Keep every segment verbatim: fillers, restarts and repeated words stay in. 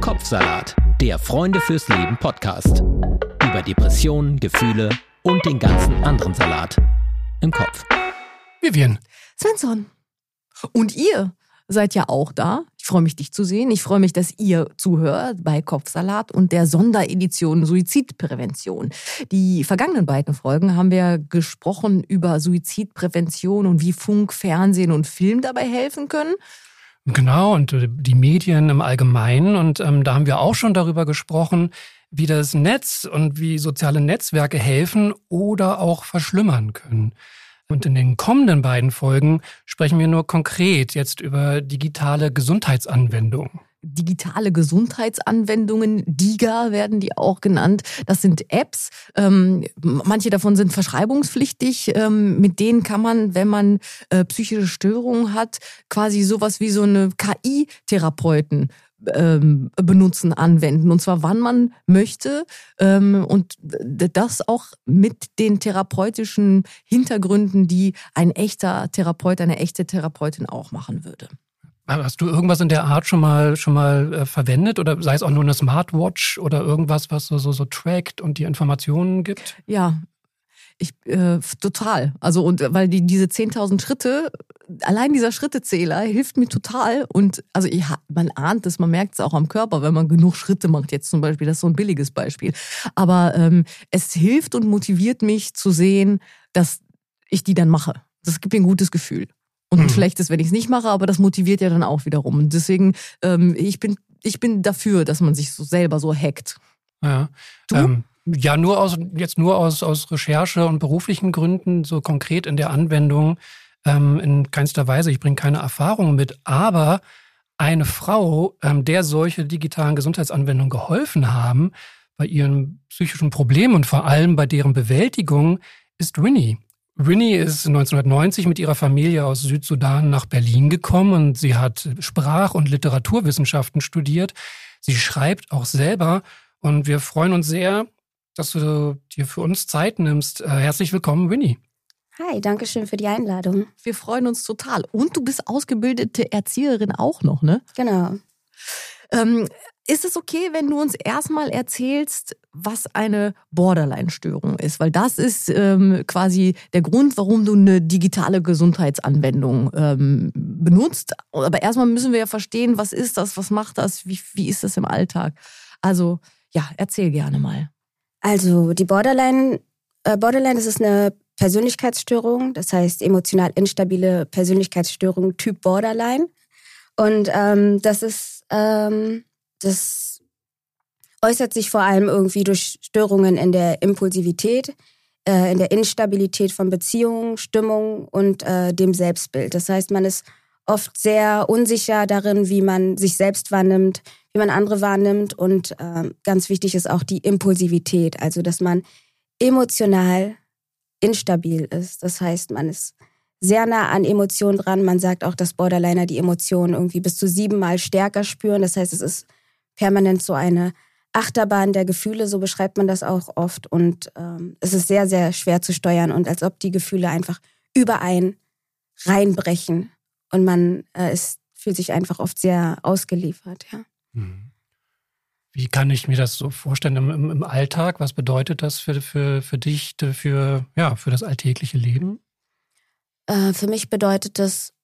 Kopfsalat, der Freunde fürs Leben Podcast. Über Depressionen, Gefühle und den ganzen anderen Salat im Kopf. Vivian. Svensson. Und ihr seid ja auch da. Ich freue mich, dich zu sehen. Ich freue mich, dass ihr zuhört bei Kopfsalat und der Sonderedition Suizidprävention. Die vergangenen beiden Folgen haben wir gesprochen über Suizidprävention und wie Funk, Fernsehen und Film dabei helfen können. Genau, und die Medien im Allgemeinen. Und ähm, da haben wir auch schon darüber gesprochen, wie das Netz und wie soziale Netzwerke helfen oder auch verschlimmern können. Und in den kommenden beiden Folgen sprechen wir nur konkret jetzt über digitale Gesundheitsanwendungen. Digitale Gesundheitsanwendungen, DIGA werden die auch genannt. Das sind Apps. Ähm, manche davon sind verschreibungspflichtig. Ähm, mit denen kann man, wenn man äh, psychische Störungen hat, quasi sowas wie so eine K I-Therapeuten ähm, benutzen, anwenden. Und zwar wann man möchte. Ähm, und das auch mit den therapeutischen Hintergründen, die ein echter Therapeut, eine echte Therapeutin auch machen würde. Hast du irgendwas in der Art schon mal schon mal äh, verwendet oder sei es auch nur eine Smartwatch oder irgendwas, was so so, so trackt und die Informationen gibt? Ja, ich äh, total. Also und weil die diese zehntausend Schritte, allein dieser Schrittezähler hilft mir total und also ich, man ahnt es, man merkt es auch am Körper, wenn man genug Schritte macht. Jetzt zum Beispiel, das ist so ein billiges Beispiel, aber ähm, es hilft und motiviert mich zu sehen, dass ich die dann mache. Das gibt mir ein gutes Gefühl. Und ein schlechtes, wenn ich es nicht mache, aber das motiviert ja dann auch wiederum. Und deswegen, ähm, ich bin ich bin dafür, dass man sich so selber so hackt. Ja, du? Ähm, ja nur aus jetzt nur aus aus Recherche und beruflichen Gründen, so konkret in der Anwendung ähm, in keinster Weise. Ich bringe keine Erfahrung mit, aber eine Frau, ähm, der solche digitalen Gesundheitsanwendungen geholfen haben bei ihren psychischen Problemen und vor allem bei deren Bewältigung, ist Winnie. Winnie ist neunzehnhundertneunzig mit ihrer Familie aus Südsudan nach Berlin gekommen und sie hat Sprach- und Literaturwissenschaften studiert. Sie schreibt auch selber und wir freuen uns sehr, dass du dir für uns Zeit nimmst. Herzlich willkommen, Winnie. Hi, danke schön für die Einladung. Wir freuen uns total. Und du bist ausgebildete Erzieherin auch noch, ne? Genau. Ähm, ist es okay, wenn du uns erstmal erzählst, was eine Borderline-Störung ist? Weil das ist ähm, quasi der Grund, warum du eine digitale Gesundheitsanwendung ähm, benutzt. Aber erstmal müssen wir ja verstehen, was ist das, was macht das, wie, wie ist das im Alltag? Also ja, erzähl gerne mal. Also die Borderline, äh, Borderline, das ist eine Persönlichkeitsstörung, das heißt emotional instabile Persönlichkeitsstörung Typ Borderline. Und ähm, das ist... Ähm, Das äußert sich vor allem irgendwie durch Störungen in der Impulsivität, äh, in der Instabilität von Beziehungen, Stimmung und äh, dem Selbstbild. Das heißt, man ist oft sehr unsicher darin, wie man sich selbst wahrnimmt, wie man andere wahrnimmt. Und äh, ganz wichtig ist auch die Impulsivität, also dass man emotional instabil ist. Das heißt, man ist sehr nah an Emotionen dran. Man sagt auch, dass Borderliner die Emotionen irgendwie bis zu siebenmal stärker spüren. Das heißt, es ist permanent so eine Achterbahn der Gefühle, so beschreibt man das auch oft. Und ähm, es ist sehr, sehr schwer zu steuern und als ob die Gefühle einfach überein reinbrechen. Und man äh, ist, fühlt sich einfach oft sehr ausgeliefert. Ja. Wie kann ich mir das so vorstellen im, im, im Alltag? Was bedeutet das für, für, für dich, für, ja, für das alltägliche Leben? Äh, für mich bedeutet das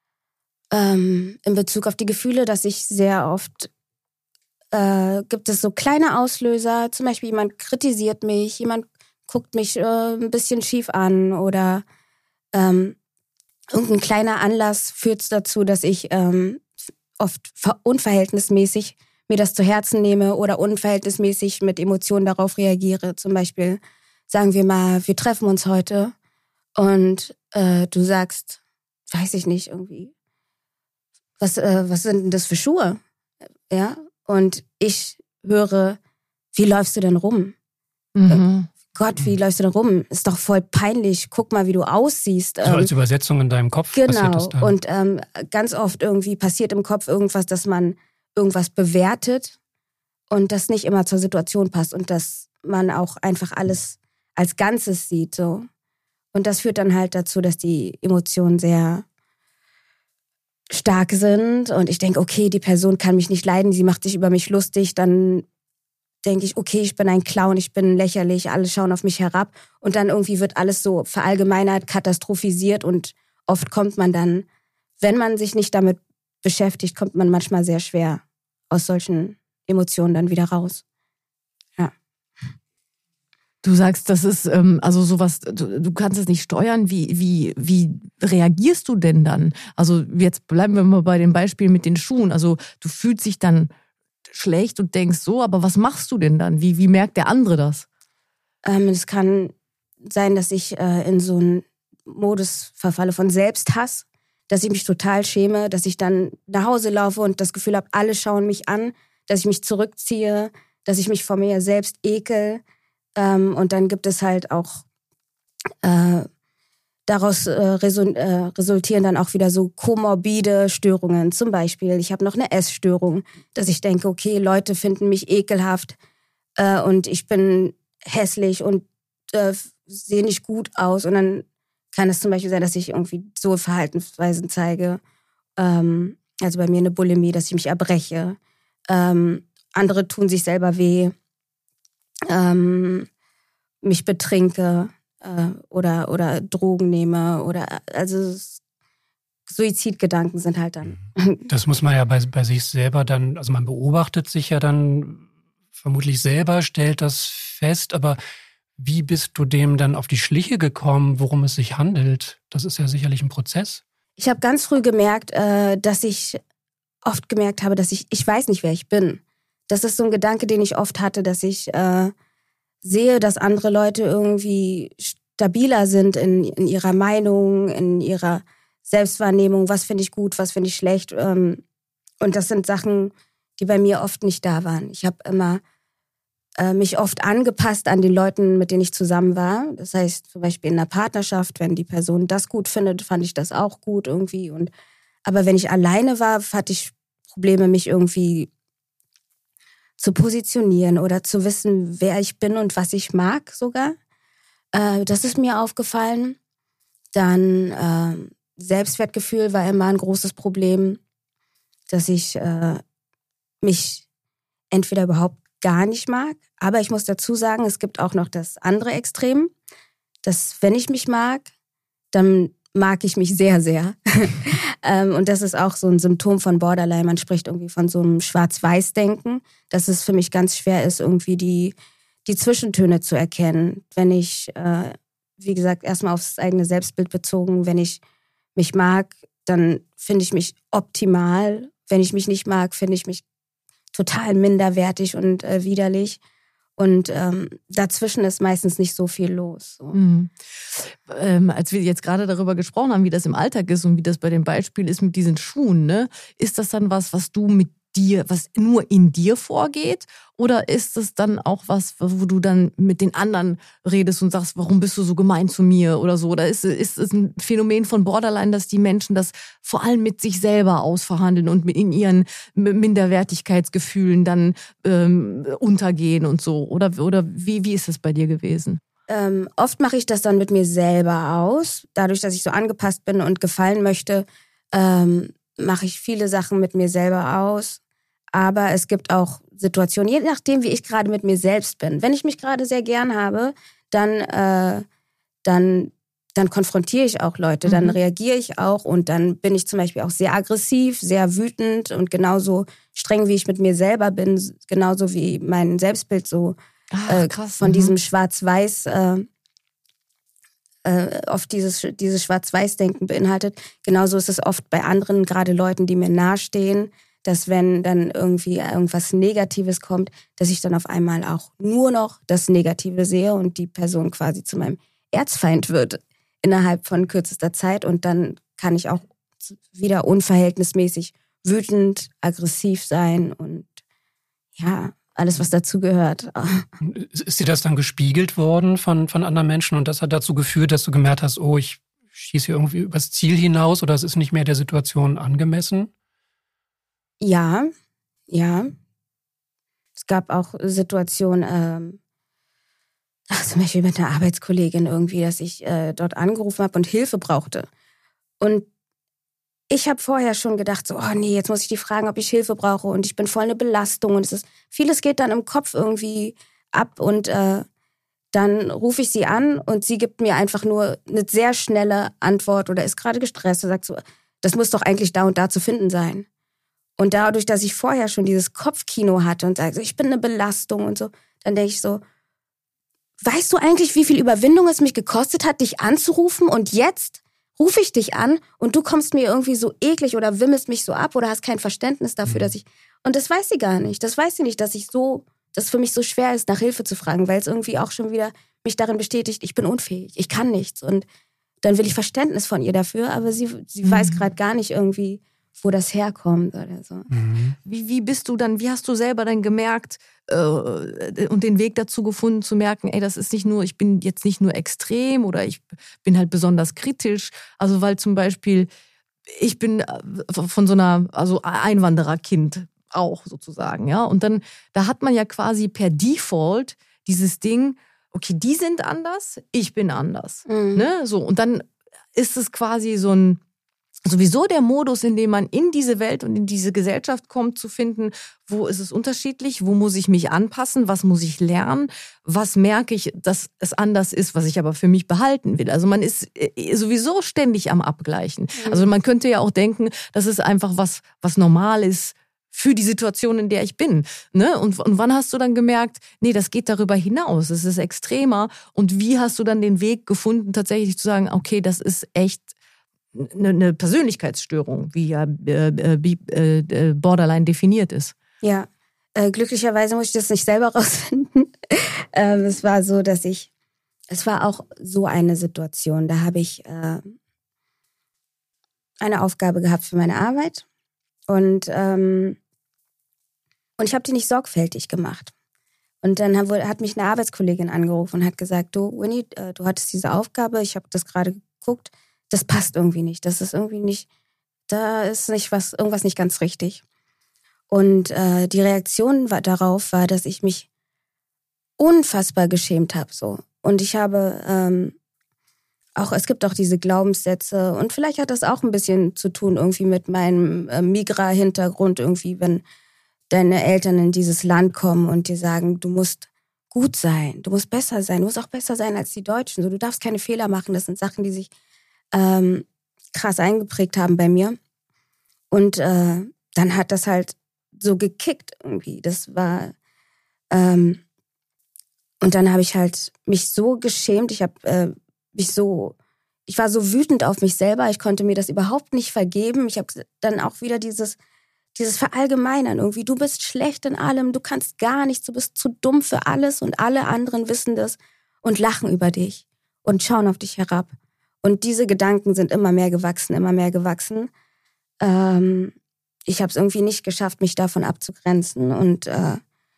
ähm, in Bezug auf die Gefühle, dass ich sehr oft äh, gibt es so kleine Auslöser, zum Beispiel jemand kritisiert mich, jemand guckt mich äh, ein bisschen schief an oder ähm, irgendein kleiner Anlass führt dazu, dass ich ähm, oft unverhältnismäßig mir das zu Herzen nehme oder unverhältnismäßig mit Emotionen darauf reagiere. Zum Beispiel sagen wir mal, wir treffen uns heute und äh, du sagst, weiß ich nicht, irgendwie, was, äh, was sind denn das für Schuhe? Ja, und ich höre, wie läufst du denn rum? Mhm. Gott, wie läufst du denn rum? Ist doch voll peinlich. Guck mal, wie du aussiehst. So als Übersetzung in deinem Kopf genau. passiert das dann. Und ähm, ganz oft irgendwie passiert im Kopf irgendwas, dass man irgendwas bewertet und das nicht immer zur Situation passt und dass man auch einfach alles als Ganzes sieht. So. Und das führt dann halt dazu, dass die Emotionen sehr stark sind und ich denke, okay, die Person kann mich nicht leiden, sie macht sich über mich lustig, dann denke ich, okay, ich bin ein Clown, ich bin lächerlich, alle schauen auf mich herab und dann irgendwie wird alles so verallgemeinert, katastrophisiert und oft kommt man dann, wenn man sich nicht damit beschäftigt, kommt man manchmal sehr schwer aus solchen Emotionen dann wieder raus. Ja. Du sagst, das ist ähm, also sowas, du, du kannst es nicht steuern. Wie, wie, wie reagierst du denn dann? Also jetzt bleiben wir mal bei dem Beispiel mit den Schuhen. Also du fühlst dich dann schlecht und denkst so, aber was machst du denn dann? Wie, wie merkt der andere das? Ähm, es kann sein, dass ich äh, in so einen Modus verfalle von Selbsthass, dass ich mich total schäme, dass ich dann nach Hause laufe und das Gefühl habe, alle schauen mich an, dass ich mich zurückziehe, dass ich mich vor mir selbst ekel. Ähm, und dann gibt es halt auch, äh, daraus äh, resu- äh, resultieren dann auch wieder so komorbide Störungen. Zum Beispiel, ich habe noch eine Essstörung, dass ich denke, okay, Leute finden mich ekelhaft äh, und ich bin hässlich und äh, sehe nicht gut aus. Und dann kann es zum Beispiel sein, dass ich irgendwie so Verhaltensweisen zeige. Ähm, also bei mir eine Bulimie, dass ich mich erbreche. Ähm, andere tun sich selber weh. Ähm, mich betrinke äh, oder, oder Drogen nehme. Oder, also Suizidgedanken sind halt dann. Das muss man ja bei, bei sich selber dann, also man beobachtet sich ja dann vermutlich selber, stellt das fest, aber wie bist du dem dann auf die Schliche gekommen, worum es sich handelt? Das ist ja sicherlich ein Prozess. Ich habe ganz früh gemerkt, äh, dass ich oft gemerkt habe, dass ich, ich weiß nicht, wer ich bin. Das ist so ein Gedanke, den ich oft hatte, dass ich äh, sehe, dass andere Leute irgendwie stabiler sind in, in ihrer Meinung, in ihrer Selbstwahrnehmung, was finde ich gut, was finde ich schlecht. Ähm, und das sind Sachen, die bei mir oft nicht da waren. Ich habe immer mich oft angepasst an den Leuten, mit denen ich zusammen war. Das heißt, zum Beispiel in einer Partnerschaft, wenn die Person das gut findet, fand ich das auch gut irgendwie. Und, aber wenn ich alleine war, hatte ich Probleme, mich irgendwie zu positionieren oder zu wissen, wer ich bin und was ich mag sogar. Äh, das ist mir aufgefallen. Dann äh, Selbstwertgefühl war immer ein großes Problem, dass ich äh, mich entweder überhaupt gar nicht mag. Aber ich muss dazu sagen, es gibt auch noch das andere Extrem, dass wenn ich mich mag, dann mag ich mich sehr, sehr. Und das ist auch so ein Symptom von Borderline. Man spricht irgendwie von so einem Schwarz-Weiß-Denken, dass es für mich ganz schwer ist, irgendwie die, die Zwischentöne zu erkennen. Wenn ich, äh, wie gesagt, erstmal aufs eigene Selbstbild bezogen, wenn ich mich mag, dann finde ich mich optimal. Wenn ich mich nicht mag, finde ich mich total minderwertig und äh, widerlich. Und ähm, dazwischen ist meistens nicht so viel los. So. Mhm. Ähm, als wir jetzt gerade darüber gesprochen haben, wie das im Alltag ist und wie das bei dem Beispiel ist mit diesen Schuhen, ne? Ist das dann was, was du mit dir, was nur in dir vorgeht? Oder ist es dann auch was, wo du dann mit den anderen redest und sagst, warum bist du so gemein zu mir oder so? Oder ist, ist es ein Phänomen von Borderline, dass die Menschen das vor allem mit sich selber ausverhandeln und in ihren Minderwertigkeitsgefühlen dann ähm, untergehen und so? Oder, oder wie, wie ist das bei dir gewesen? Ähm, oft mache ich das dann mit mir selber aus. Dadurch, dass ich so angepasst bin und gefallen möchte, ähm, mache ich viele Sachen mit mir selber aus. Aber es gibt auch Situationen, je nachdem, wie ich gerade mit mir selbst bin. Wenn ich mich gerade sehr gern habe, dann, äh, dann, dann konfrontiere ich auch Leute, dann mhm. reagiere ich auch und dann bin ich zum Beispiel auch sehr aggressiv, sehr wütend und genauso streng, wie ich mit mir selber bin, genauso wie mein Selbstbild so Ach, äh, krass, von mhm. diesem Schwarz-Weiß, äh, äh, oft dieses, dieses Schwarz-Weiß-Denken beinhaltet. Genauso ist es oft bei anderen, gerade Leuten, die mir nahestehen, dass wenn dann irgendwie irgendwas Negatives kommt, dass ich dann auf einmal auch nur noch das Negative sehe und die Person quasi zu meinem Erzfeind wird innerhalb von kürzester Zeit. Und dann kann ich auch wieder unverhältnismäßig wütend, aggressiv sein und ja, alles, was dazu gehört. Ist dir das dann gespiegelt worden von, von anderen Menschen und das hat dazu geführt, dass du gemerkt hast, oh, ich schieße hier irgendwie übers Ziel hinaus oder es ist nicht mehr der Situation angemessen? Ja, ja. Es gab auch Situationen, ähm, ach, zum Beispiel mit einer Arbeitskollegin irgendwie, dass ich äh, dort angerufen habe und Hilfe brauchte. Und ich habe vorher schon gedacht, so, oh nee, jetzt muss ich die fragen, ob ich Hilfe brauche und ich bin voll eine Belastung und es ist, vieles geht dann im Kopf irgendwie ab und äh, dann rufe ich sie an und sie gibt mir einfach nur eine sehr schnelle Antwort oder ist gerade gestresst und sagt so, das muss doch eigentlich da und da zu finden sein. Und dadurch, dass ich vorher schon dieses Kopfkino hatte und sage, ich bin eine Belastung und so, dann denke ich so, weißt du eigentlich, wie viel Überwindung es mich gekostet hat, dich anzurufen und jetzt rufe ich dich an und du kommst mir irgendwie so eklig oder wimmelst mich so ab oder hast kein Verständnis dafür, dass ich... Und das weiß sie gar nicht. Das weiß sie nicht, dass ich so, dass es für mich so schwer ist, nach Hilfe zu fragen, weil es irgendwie auch schon wieder mich darin bestätigt, ich bin unfähig, ich kann nichts. Und dann will ich Verständnis von ihr dafür, aber sie, sie mhm. weiß gerade gar nicht irgendwie, wo das herkommt oder so. Mhm. Wie, wie bist du dann, wie hast du selber dann gemerkt äh, und den Weg dazu gefunden zu merken, ey, das ist nicht nur, ich bin jetzt nicht nur extrem oder ich bin halt besonders kritisch, also weil zum Beispiel ich bin von so einer, also Einwandererkind auch sozusagen, ja, und dann, da hat man ja quasi per Default dieses Ding, okay, die sind anders, ich bin anders, mhm. ne, so, und dann ist es quasi so ein sowieso der Modus, in dem man in diese Welt und in diese Gesellschaft kommt, zu finden, wo ist es unterschiedlich, wo muss ich mich anpassen, was muss ich lernen, was merke ich, dass es anders ist, was ich aber für mich behalten will. Also man ist sowieso ständig am Abgleichen. Mhm. Also man könnte ja auch denken, das ist einfach was, was normal ist für die Situation, in der ich bin. Ne? Und, und wann hast du dann gemerkt, nee, das geht darüber hinaus, es ist extremer. Und wie hast du dann den Weg gefunden, tatsächlich zu sagen, okay, das ist echt eine Persönlichkeitsstörung, wie ja äh, äh, Borderline definiert ist. Ja, äh, glücklicherweise muss ich das nicht selber rausfinden. ähm, es war so, dass ich, es war auch so eine Situation, da habe ich äh, eine Aufgabe gehabt für meine Arbeit und, ähm, und ich habe die nicht sorgfältig gemacht. Und dann hat, hat mich eine Arbeitskollegin angerufen und hat gesagt, du Winnie, äh, du hattest diese Aufgabe, ich habe das gerade geguckt, das passt irgendwie nicht. Das ist irgendwie nicht, da ist nicht was, irgendwas nicht ganz richtig. Und äh, die Reaktion war, darauf war, dass ich mich unfassbar geschämt habe. So. Und ich habe ähm, auch, es gibt auch diese Glaubenssätze und vielleicht hat das auch ein bisschen zu tun irgendwie mit meinem äh, Migra-Hintergrund irgendwie, wenn deine Eltern in dieses Land kommen und dir sagen, du musst gut sein, du musst besser sein, du musst auch besser sein als die Deutschen. So, du darfst keine Fehler machen. Das sind Sachen, die sich Ähm, krass eingeprägt haben bei mir. Und äh, dann hat das halt so gekickt irgendwie. Das war ähm, und dann habe ich halt mich so geschämt. Ich habe äh, mich so, ich war so wütend auf mich selber. Ich konnte mir das überhaupt nicht vergeben. Ich habe dann auch wieder dieses dieses Verallgemeinern irgendwie. Du bist schlecht in allem, du kannst gar nichts, du bist zu dumm für alles und alle anderen wissen das und lachen über dich und schauen auf dich herab. Und diese Gedanken sind immer mehr gewachsen, immer mehr gewachsen. Ähm, ich habe es irgendwie nicht geschafft, mich davon abzugrenzen. Und äh,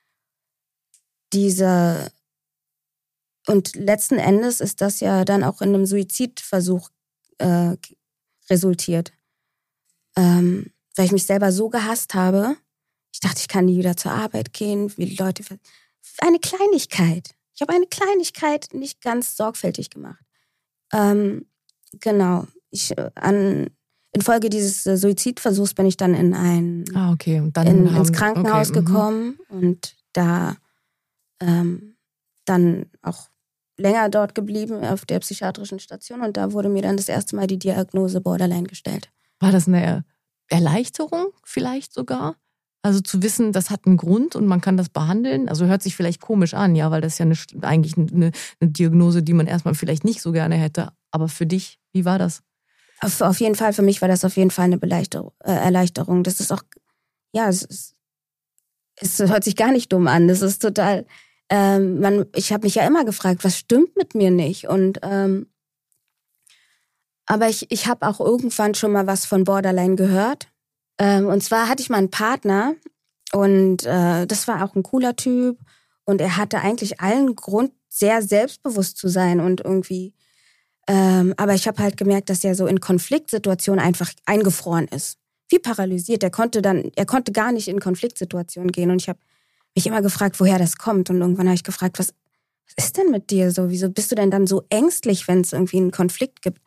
diese und letzten Endes ist das ja dann auch in einem Suizidversuch äh, resultiert. Ähm, weil ich mich selber so gehasst habe. Ich dachte, ich kann nie wieder zur Arbeit gehen. Wie die Leute. Eine Kleinigkeit. Ich habe eine Kleinigkeit nicht ganz sorgfältig gemacht. Ähm, Genau. Ich, an, infolge dieses Suizidversuchs bin ich dann in ein ah, okay. Und dann in, haben, ins Krankenhaus okay, gekommen m- und da ähm, dann auch länger dort geblieben auf der psychiatrischen Station und da wurde mir dann das erste Mal die Diagnose Borderline gestellt. War das eine Erleichterung vielleicht sogar? Also zu wissen, das hat einen Grund und man kann das behandeln. Also hört sich vielleicht komisch an, ja, weil das ja eine, eigentlich eine, eine Diagnose, die man erstmal vielleicht nicht so gerne hätte. Aber für dich, wie war das? Auf, auf jeden Fall, für mich war das auf jeden Fall eine Beleichterung, äh, Erleichterung. Das ist auch, ja, es, ist, es hört sich gar nicht dumm an. Das ist total, ähm, man, ich habe mich ja immer gefragt, was stimmt mit mir nicht? Und ähm, aber ich, ich habe auch irgendwann schon mal was von Borderline gehört. Ähm, und zwar hatte ich mal einen Partner und äh, das war auch ein cooler Typ und er hatte eigentlich allen Grund, sehr selbstbewusst zu sein und irgendwie, ähm, aber ich habe halt gemerkt, dass er so in Konfliktsituationen einfach eingefroren ist. Wie paralysiert. Er konnte dann, er konnte gar nicht in Konfliktsituationen gehen und ich habe mich immer gefragt, woher das kommt und irgendwann habe ich gefragt, was, was ist denn mit dir so? Wieso bist du denn dann so ängstlich, wenn es irgendwie einen Konflikt gibt?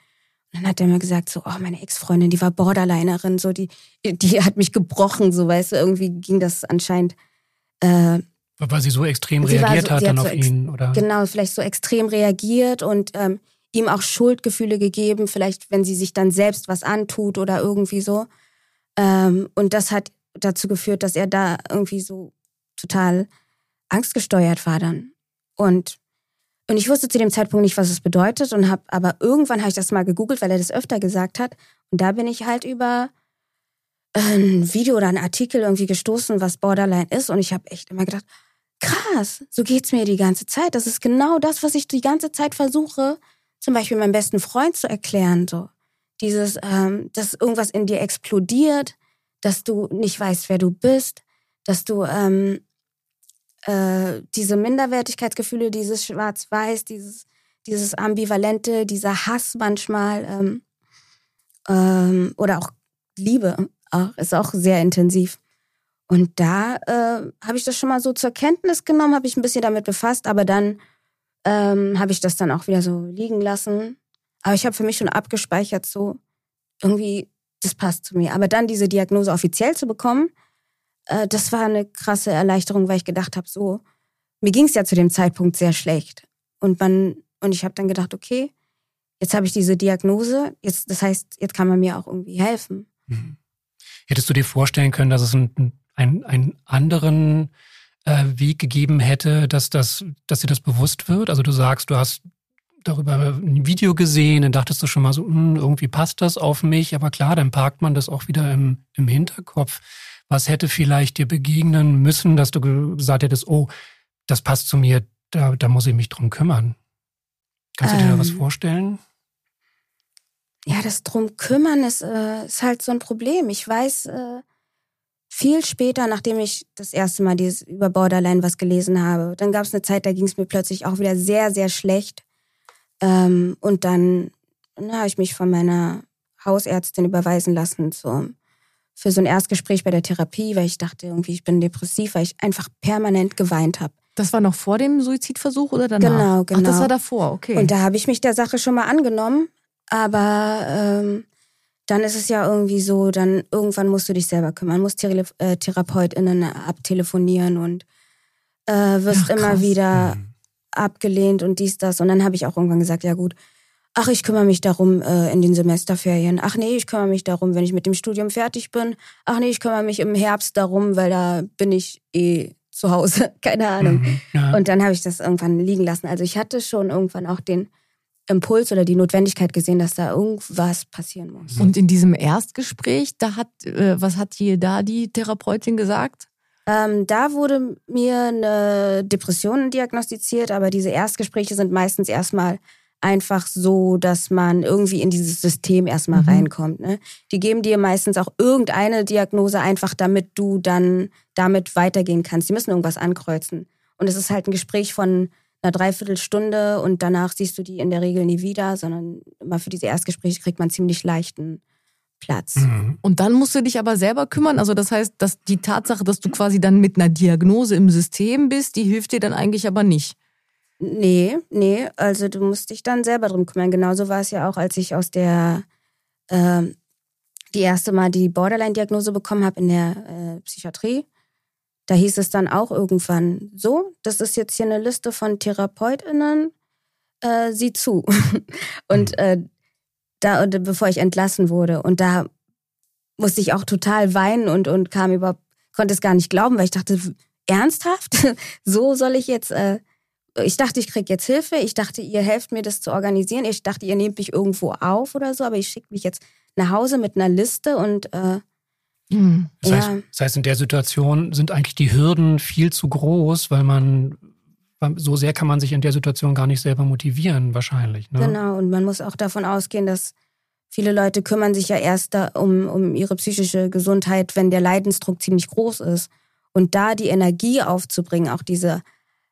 dann hat er mir gesagt, so, oh, meine Ex-Freundin, die war Borderlinerin, so, die, die hat mich gebrochen, so, weißt du, irgendwie ging das anscheinend. Äh, Weil sie so extrem sie reagiert so, hat dann hat auf so ihn, oder? Genau, vielleicht so extrem reagiert und ähm, ihm auch Schuldgefühle gegeben, vielleicht, wenn sie sich dann selbst was antut oder irgendwie so. Ähm, und das hat dazu geführt, dass er da irgendwie so total angstgesteuert war dann. Und Und ich wusste zu dem Zeitpunkt nicht, was es bedeutet und habe, aber irgendwann habe ich das mal gegoogelt, weil er das öfter gesagt hat. Und da bin ich halt über ein Video oder einen Artikel irgendwie gestoßen, was Borderline ist. Und ich habe echt immer gedacht, krass, so geht's mir die ganze Zeit. Das ist genau das, was ich die ganze Zeit versuche, zum Beispiel meinem besten Freund zu erklären. So dieses, ähm, dass irgendwas in dir explodiert, dass du nicht weißt, wer du bist, dass du ähm, Äh, diese Minderwertigkeitsgefühle, dieses Schwarz-Weiß, dieses, dieses Ambivalente, dieser Hass manchmal ähm, ähm, oder auch Liebe auch, ist auch sehr intensiv. Und da äh, habe ich das schon mal so zur Kenntnis genommen, habe ich ein bisschen damit befasst, aber dann ähm, habe ich das dann auch wieder so liegen lassen. Aber ich habe für mich schon abgespeichert, so irgendwie, das passt zu mir. Aber dann diese Diagnose offiziell zu bekommen, das war eine krasse Erleichterung, weil ich gedacht habe, so, mir ging es ja zu dem Zeitpunkt sehr schlecht. Und man, und ich habe dann gedacht, okay, jetzt habe ich diese Diagnose, jetzt, das heißt, jetzt kann man mir auch irgendwie helfen. Mhm. Hättest du dir vorstellen können, dass es einen, einen, einen anderen äh, Weg gegeben hätte, dass, das, dass dir das bewusst wird? Also du sagst, du hast darüber ein Video gesehen, dann dachtest du schon mal so, irgendwie passt das auf mich, aber klar, dann parkt man das auch wieder im, im Hinterkopf. Was hätte vielleicht dir begegnen müssen, dass du gesagt hättest, oh, das passt zu mir, da, da muss ich mich drum kümmern? Kannst du ähm, dir da was vorstellen? Ja, das drum kümmern ist, äh, ist halt so ein Problem. Ich weiß, äh, viel später, nachdem ich das erste Mal dieses, über Borderline was gelesen habe, dann gab es eine Zeit, da ging es mir plötzlich auch wieder sehr, sehr schlecht. Ähm, und dann, dann habe ich mich von meiner Hausärztin überweisen lassen zum für so ein Erstgespräch bei der Therapie, weil ich dachte irgendwie, ich bin depressiv, weil ich einfach permanent geweint habe. Das war noch vor dem Suizidversuch oder danach? Genau, genau. Ach, das war davor, okay. Und da habe ich mich der Sache schon mal angenommen, aber ähm, dann ist es ja irgendwie so, dann irgendwann musst du dich selber kümmern, musst Thera- äh, TherapeutInnen abtelefonieren und äh, wirst Ach, immer wieder mhm. abgelehnt und dies, das. Und dann habe ich auch irgendwann gesagt, ja gut, ach, ich kümmere mich darum äh, in den Semesterferien. Ach nee, ich kümmere mich darum, wenn ich mit dem Studium fertig bin. Ach nee, ich kümmere mich im Herbst darum, weil da bin ich eh zu Hause. Keine Ahnung. Mhm, ja. Und dann habe ich das irgendwann liegen lassen. Also ich hatte schon irgendwann auch den Impuls oder die Notwendigkeit gesehen, dass da irgendwas passieren muss. Und in diesem Erstgespräch, da hat, äh, was hat dir da die Therapeutin gesagt? Ähm, da wurde mir eine Depression diagnostiziert, aber diese Erstgespräche sind meistens erstmal einfach so, dass man irgendwie in dieses System erstmal mhm. reinkommt. Ne? Die geben dir meistens auch irgendeine Diagnose einfach, damit du dann damit weitergehen kannst. Die müssen irgendwas ankreuzen. Und es ist halt ein Gespräch von einer Dreiviertelstunde und danach siehst du die in der Regel nie wieder, sondern immer für diese Erstgespräche kriegt man ziemlich leichten Platz. Mhm. Und dann musst du dich aber selber kümmern. Also das heißt, dass die Tatsache, dass du quasi dann mit einer Diagnose im System bist, die hilft dir dann eigentlich aber nicht. Nee, nee, also du musst dich dann selber drum kümmern. Genauso war es ja auch, als ich aus der, äh, die erste Mal die Borderline-Diagnose bekommen habe in der äh, Psychiatrie. Da hieß es dann auch irgendwann so, das ist jetzt hier eine Liste von TherapeutInnen, äh, sieh zu. Und äh, da, bevor ich entlassen wurde. Und da musste ich auch total weinen und, und kam überhaupt, konnte es gar nicht glauben, weil ich dachte, ernsthaft? So soll ich jetzt... Äh, Ich dachte, ich kriege jetzt Hilfe. Ich dachte, ihr helft mir, das zu organisieren. Ich dachte, ihr nehmt mich irgendwo auf oder so. Aber ich schicke mich jetzt nach Hause mit einer Liste und äh, mhm. das, heißt, ja. das heißt, in der Situation sind eigentlich die Hürden viel zu groß, weil man, so sehr kann man sich in der Situation gar nicht selber motivieren wahrscheinlich. Ne? Genau, und man muss auch davon ausgehen, dass viele Leute kümmern sich ja erst da um, um ihre psychische Gesundheit, wenn der Leidensdruck ziemlich groß ist. Und da die Energie aufzubringen, auch diese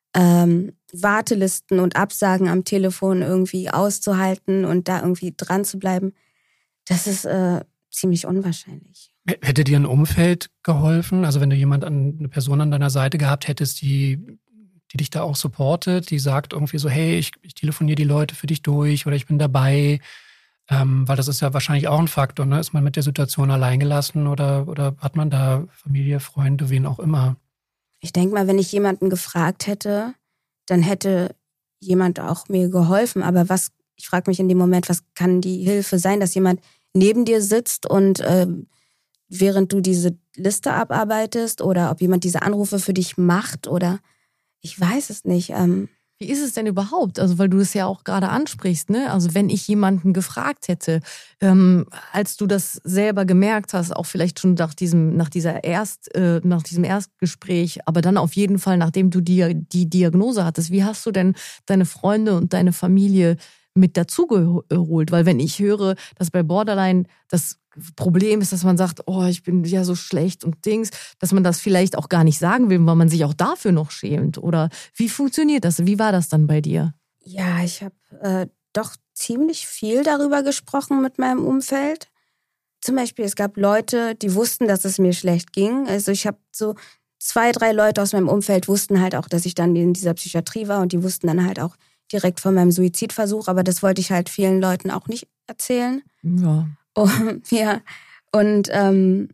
ähm, Wartelisten und Absagen am Telefon irgendwie auszuhalten und da irgendwie dran zu bleiben, das ist äh, ziemlich unwahrscheinlich. Hätte dir ein Umfeld geholfen? Also wenn du jemand an, eine Person an deiner Seite gehabt hättest, die, die dich da auch supportet, die sagt irgendwie so, hey, ich, ich telefoniere die Leute für dich durch oder ich bin dabei. Ähm, weil das ist ja wahrscheinlich auch ein Faktor, ne? Ist man mit der Situation alleingelassen oder, oder hat man da Familie, Freunde, wen auch immer? Ich denke mal, wenn ich jemanden gefragt hätte, dann hätte jemand auch mir geholfen. Aber was, ich frage mich in dem Moment, was kann die Hilfe sein, dass jemand neben dir sitzt und äh, während du diese Liste abarbeitest oder ob jemand diese Anrufe für dich macht oder ich weiß es nicht. Ähm, Wie ist es denn überhaupt? Also, weil du es ja auch gerade ansprichst, ne? Also, wenn ich jemanden gefragt hätte, ähm, als du das selber gemerkt hast, auch vielleicht schon nach diesem, nach dieser Erst, äh, nach diesem Erstgespräch, aber dann auf jeden Fall, nachdem du die, die Diagnose hattest, wie hast du denn deine Freunde und deine Familie mit dazugeholt? Weil wenn ich höre, dass bei Borderline das Problem ist, dass man sagt, oh, ich bin ja so schlecht und Dings, dass man das vielleicht auch gar nicht sagen will, weil man sich auch dafür noch schämt. Oder wie funktioniert das? Wie war das dann bei dir? Ja, ich habe äh, doch ziemlich viel darüber gesprochen mit meinem Umfeld. Zum Beispiel, es gab Leute, die wussten, dass es mir schlecht ging. Also ich habe so zwei, drei Leute aus meinem Umfeld wussten halt auch, dass ich dann in dieser Psychiatrie war und die wussten dann halt auch direkt von meinem Suizidversuch, aber das wollte ich halt vielen Leuten auch nicht erzählen. Ja. Oh, ja, und, ähm,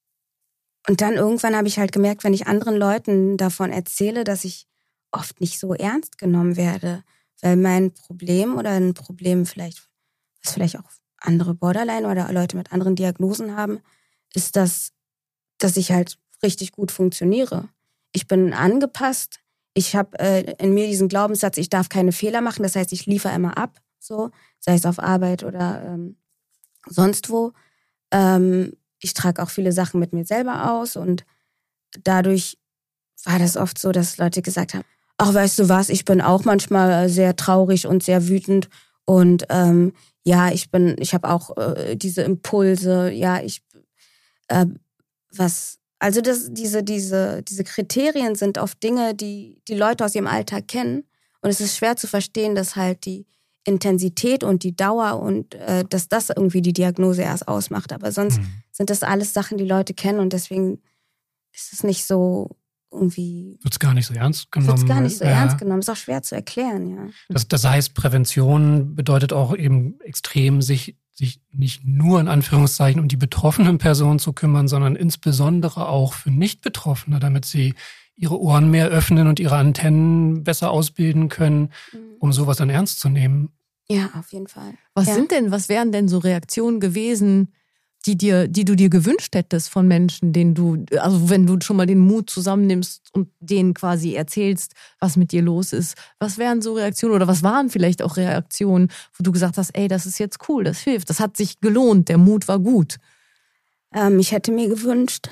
und dann irgendwann habe ich halt gemerkt, wenn ich anderen Leuten davon erzähle, dass ich oft nicht so ernst genommen werde, weil mein Problem oder ein Problem vielleicht, was vielleicht auch andere Borderline oder Leute mit anderen Diagnosen haben, ist, dass, dass ich halt richtig gut funktioniere. Ich bin angepasst, ich habe äh, in mir diesen Glaubenssatz, ich darf keine Fehler machen, das heißt, ich liefere immer ab, so, sei es auf Arbeit oder ähm, sonst wo. Ähm, ich trage auch viele Sachen mit mir selber aus und dadurch war das oft so, dass Leute gesagt haben, ach, weißt du was, ich bin auch manchmal sehr traurig und sehr wütend und ähm, ja, ich bin, ich habe auch äh, diese Impulse, ja, ich äh, was, also das, diese, diese, diese Kriterien sind oft Dinge, die die Leute aus ihrem Alltag kennen und es ist schwer zu verstehen, dass halt die Intensität und die Dauer und äh, dass das irgendwie die Diagnose erst ausmacht. Aber sonst mhm. sind das alles Sachen, die Leute kennen und deswegen ist es nicht so irgendwie... Wird es gar nicht so ernst genommen. Wird es gar nicht so ja. ernst genommen. Ist auch schwer zu erklären, ja. Das, das heißt, Prävention bedeutet auch eben extrem, sich, sich nicht nur in Anführungszeichen um die betroffenen Personen zu kümmern, sondern insbesondere auch für Nicht-Betroffene, damit sie ihre Ohren mehr öffnen und ihre Antennen besser ausbilden können, um sowas dann ernst zu nehmen. Ja, auf jeden Fall. Was ja. sind denn, was wären denn so Reaktionen gewesen, die dir, die du dir gewünscht hättest von Menschen, denen du, also wenn du schon mal den Mut zusammennimmst und denen quasi erzählst, was mit dir los ist, was wären so Reaktionen oder was waren vielleicht auch Reaktionen, wo du gesagt hast, ey, das ist jetzt cool, das hilft, das hat sich gelohnt, der Mut war gut? Ähm, ich hätte mir gewünscht,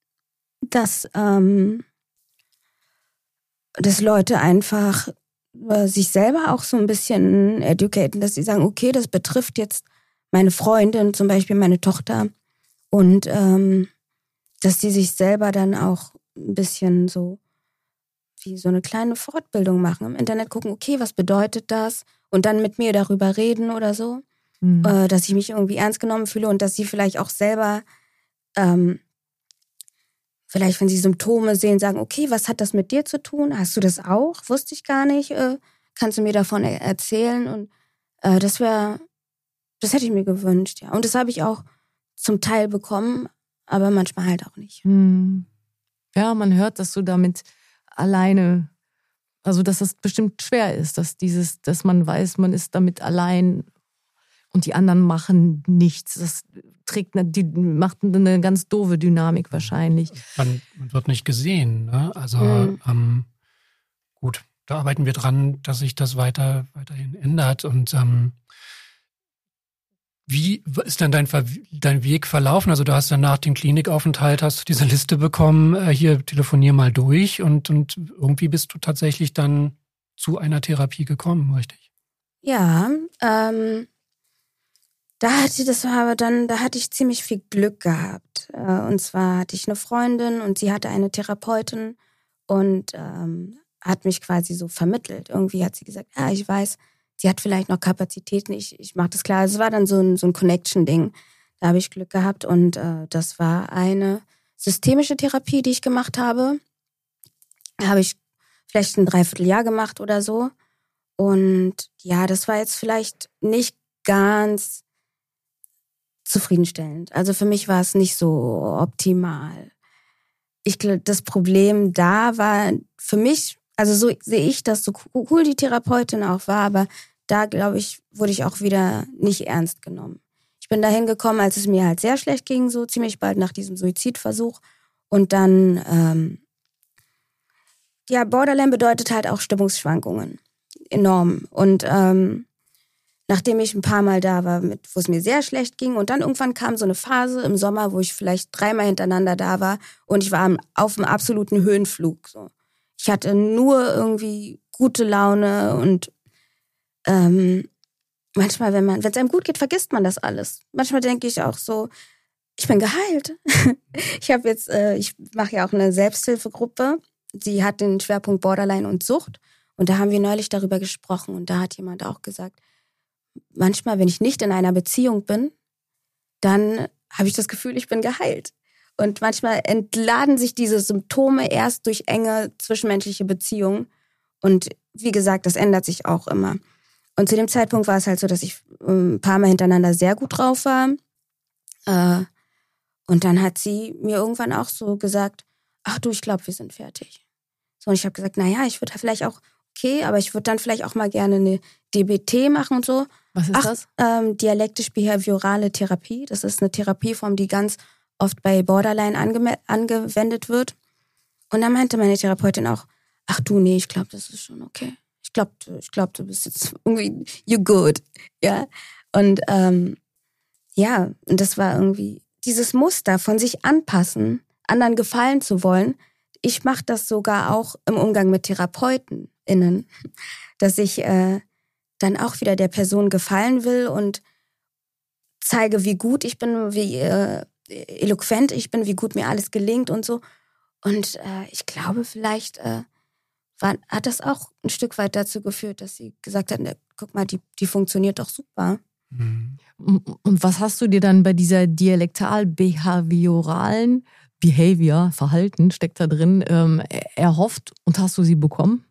dass ähm, dass Leute einfach äh, sich selber auch so ein bisschen educaten, dass sie sagen, okay, das betrifft jetzt meine Freundin, zum Beispiel meine Tochter und ähm, dass die sich selber dann auch ein bisschen so wie so eine kleine Fortbildung machen, im Internet gucken, okay, was bedeutet das und dann mit mir darüber reden oder so, mhm. äh, dass ich mich irgendwie ernst genommen fühle und dass sie vielleicht auch selber ähm, vielleicht, wenn sie Symptome sehen, sagen, okay, was hat das mit dir zu tun? Hast du das auch? Wusste ich gar nicht. Äh, kannst du mir davon erzählen? Und äh, das wäre, das hätte ich mir gewünscht, ja. Und das habe ich auch zum Teil bekommen, aber manchmal halt auch nicht. Hm. Ja, man hört, dass du damit alleine, also dass das bestimmt schwer ist, dass dieses, dass man weiß, man ist damit allein und die anderen machen nichts. Das trägt eine, die macht eine ganz doofe Dynamik wahrscheinlich. Man, man wird nicht gesehen, ne? Also mhm. ähm, gut, da arbeiten wir dran, dass sich das weiter weiterhin ändert. Und ähm, wie ist denn dein, dein Weg verlaufen? Also du hast dann nach dem Klinikaufenthalt hast du diese Liste bekommen, äh, hier telefonier mal durch und, und irgendwie bist du tatsächlich dann zu einer Therapie gekommen, richtig? Ja, ähm, da hatte das war aber dann, da hatte ich ziemlich viel Glück gehabt. Und zwar hatte ich eine Freundin und sie hatte eine Therapeutin und ähm, hat mich quasi so vermittelt. Irgendwie hat sie gesagt, ja, ich weiß, sie hat vielleicht noch Kapazitäten, ich, ich mache das klar. Es war dann so ein, so ein Connection-Ding. Da habe ich Glück gehabt und äh, das war eine systemische Therapie, die ich gemacht habe. Da habe ich vielleicht ein Dreivierteljahr gemacht oder so. Und ja, das war jetzt vielleicht nicht ganz zufriedenstellend. Also für mich war es nicht so optimal. Ich glaube, das Problem da war für mich, also so sehe ich das, so cool die Therapeutin auch war, aber da, glaube ich, wurde ich auch wieder nicht ernst genommen. Ich bin da hingekommen, als es mir halt sehr schlecht ging, so ziemlich bald nach diesem Suizidversuch. Und dann, ähm, ja, Borderline bedeutet halt auch Stimmungsschwankungen. Enorm. Und ähm, nachdem ich ein paar Mal da war, mit, wo es mir sehr schlecht ging und dann irgendwann kam so eine Phase im Sommer, wo ich vielleicht dreimal hintereinander da war und ich war auf einem absoluten Höhenflug. So. Ich hatte nur irgendwie gute Laune und ähm, manchmal, wenn man, wenn es einem gut geht, vergisst man das alles. Manchmal denke ich auch so, ich bin geheilt. ich habe jetzt, äh, ich mache ja auch eine Selbsthilfegruppe. Sie hat den Schwerpunkt Borderline und Sucht und da haben wir neulich darüber gesprochen und da hat jemand auch gesagt, manchmal, wenn ich nicht in einer Beziehung bin, dann habe ich das Gefühl, ich bin geheilt. Und manchmal entladen sich diese Symptome erst durch enge zwischenmenschliche Beziehungen. Und wie gesagt, das ändert sich auch immer. Und zu dem Zeitpunkt war es halt so, dass ich ein paar Mal hintereinander sehr gut drauf war. Und dann hat sie mir irgendwann auch so gesagt, ach du, ich glaube, wir sind fertig. So, und ich habe gesagt, naja, ich würde vielleicht auch, okay, aber ich würde dann vielleicht auch mal gerne eine D B T machen und so. Was ist ach, das? Ähm, dialektisch-behaviorale Therapie. Das ist eine Therapieform, die ganz oft bei Borderline ange- angewendet wird. Und dann meinte meine Therapeutin auch, ach du, nee, ich glaube, das ist schon okay. Ich glaube, ich glaub, du bist jetzt irgendwie, you're good. Ja. Und ähm, ja, und das war irgendwie dieses Muster von sich anpassen, anderen gefallen zu wollen. Ich mache das sogar auch im Umgang mit TherapeutInnen, dass ich äh, dann auch wieder der Person gefallen will und zeige, wie gut ich bin, wie äh, eloquent ich bin, wie gut mir alles gelingt und so. Und äh, ich glaube, vielleicht äh, war, hat das auch ein Stück weit dazu geführt, dass sie gesagt hat, ne, guck mal, die, die funktioniert doch super. Mhm. Und was hast du dir dann bei dieser dialektal-behavioralen Behavior, Verhalten steckt da drin, ähm, erhofft und hast du sie bekommen?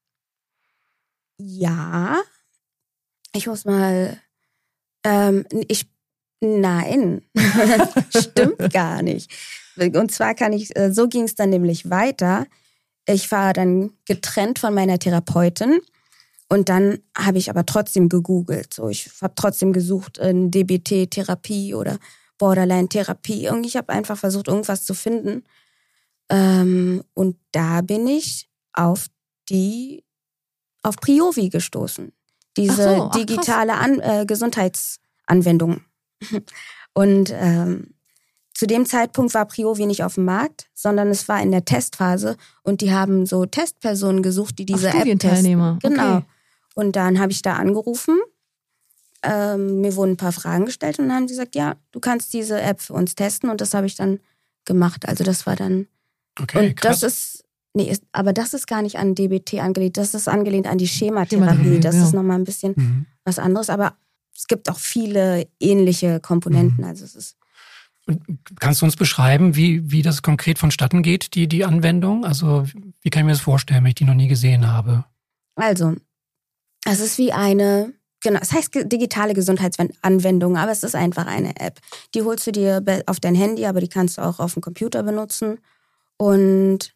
Ja, ich muss mal, ähm, ich, nein, stimmt gar nicht. Und zwar kann ich, so ging es dann nämlich weiter. Ich war dann getrennt von meiner Therapeutin und dann habe ich aber trotzdem gegoogelt. So, ich habe trotzdem gesucht in D B T-Therapie oder Borderline-Therapie. Irgendwie, ich habe einfach versucht, irgendwas zu finden. Ähm, und da bin ich auf die, auf Priovi gestoßen. Diese Ach so, ach, digitale An, äh, Gesundheitsanwendung. Und ähm, zu dem Zeitpunkt war Priovi nicht auf dem Markt, sondern es war in der Testphase und die haben so Testpersonen gesucht, die diese ach, App testen. Genau. Okay. Und dann habe ich da angerufen. Ähm, mir wurden ein paar Fragen gestellt und dann haben sie gesagt, ja, du kannst diese App für uns testen und das habe ich dann gemacht. Also das war dann, Okay, und krass. das ist, nee, ist, aber das ist gar nicht an D B T angelehnt, das ist angelehnt an die Schematherapie, Schematherapie, das ja. ist nochmal ein bisschen Mhm. was anderes, aber es gibt auch viele ähnliche Komponenten, Mhm. also es ist. Und kannst du uns beschreiben, wie, wie das konkret vonstatten geht, die, die Anwendung? Also wie kann ich mir das vorstellen, wenn ich die noch nie gesehen habe? Also, es ist wie eine, genau, es heißt digitale Gesundheitsanwendung, aber es ist einfach eine App. Die holst du dir auf dein Handy, aber die kannst du auch auf dem Computer benutzen. Und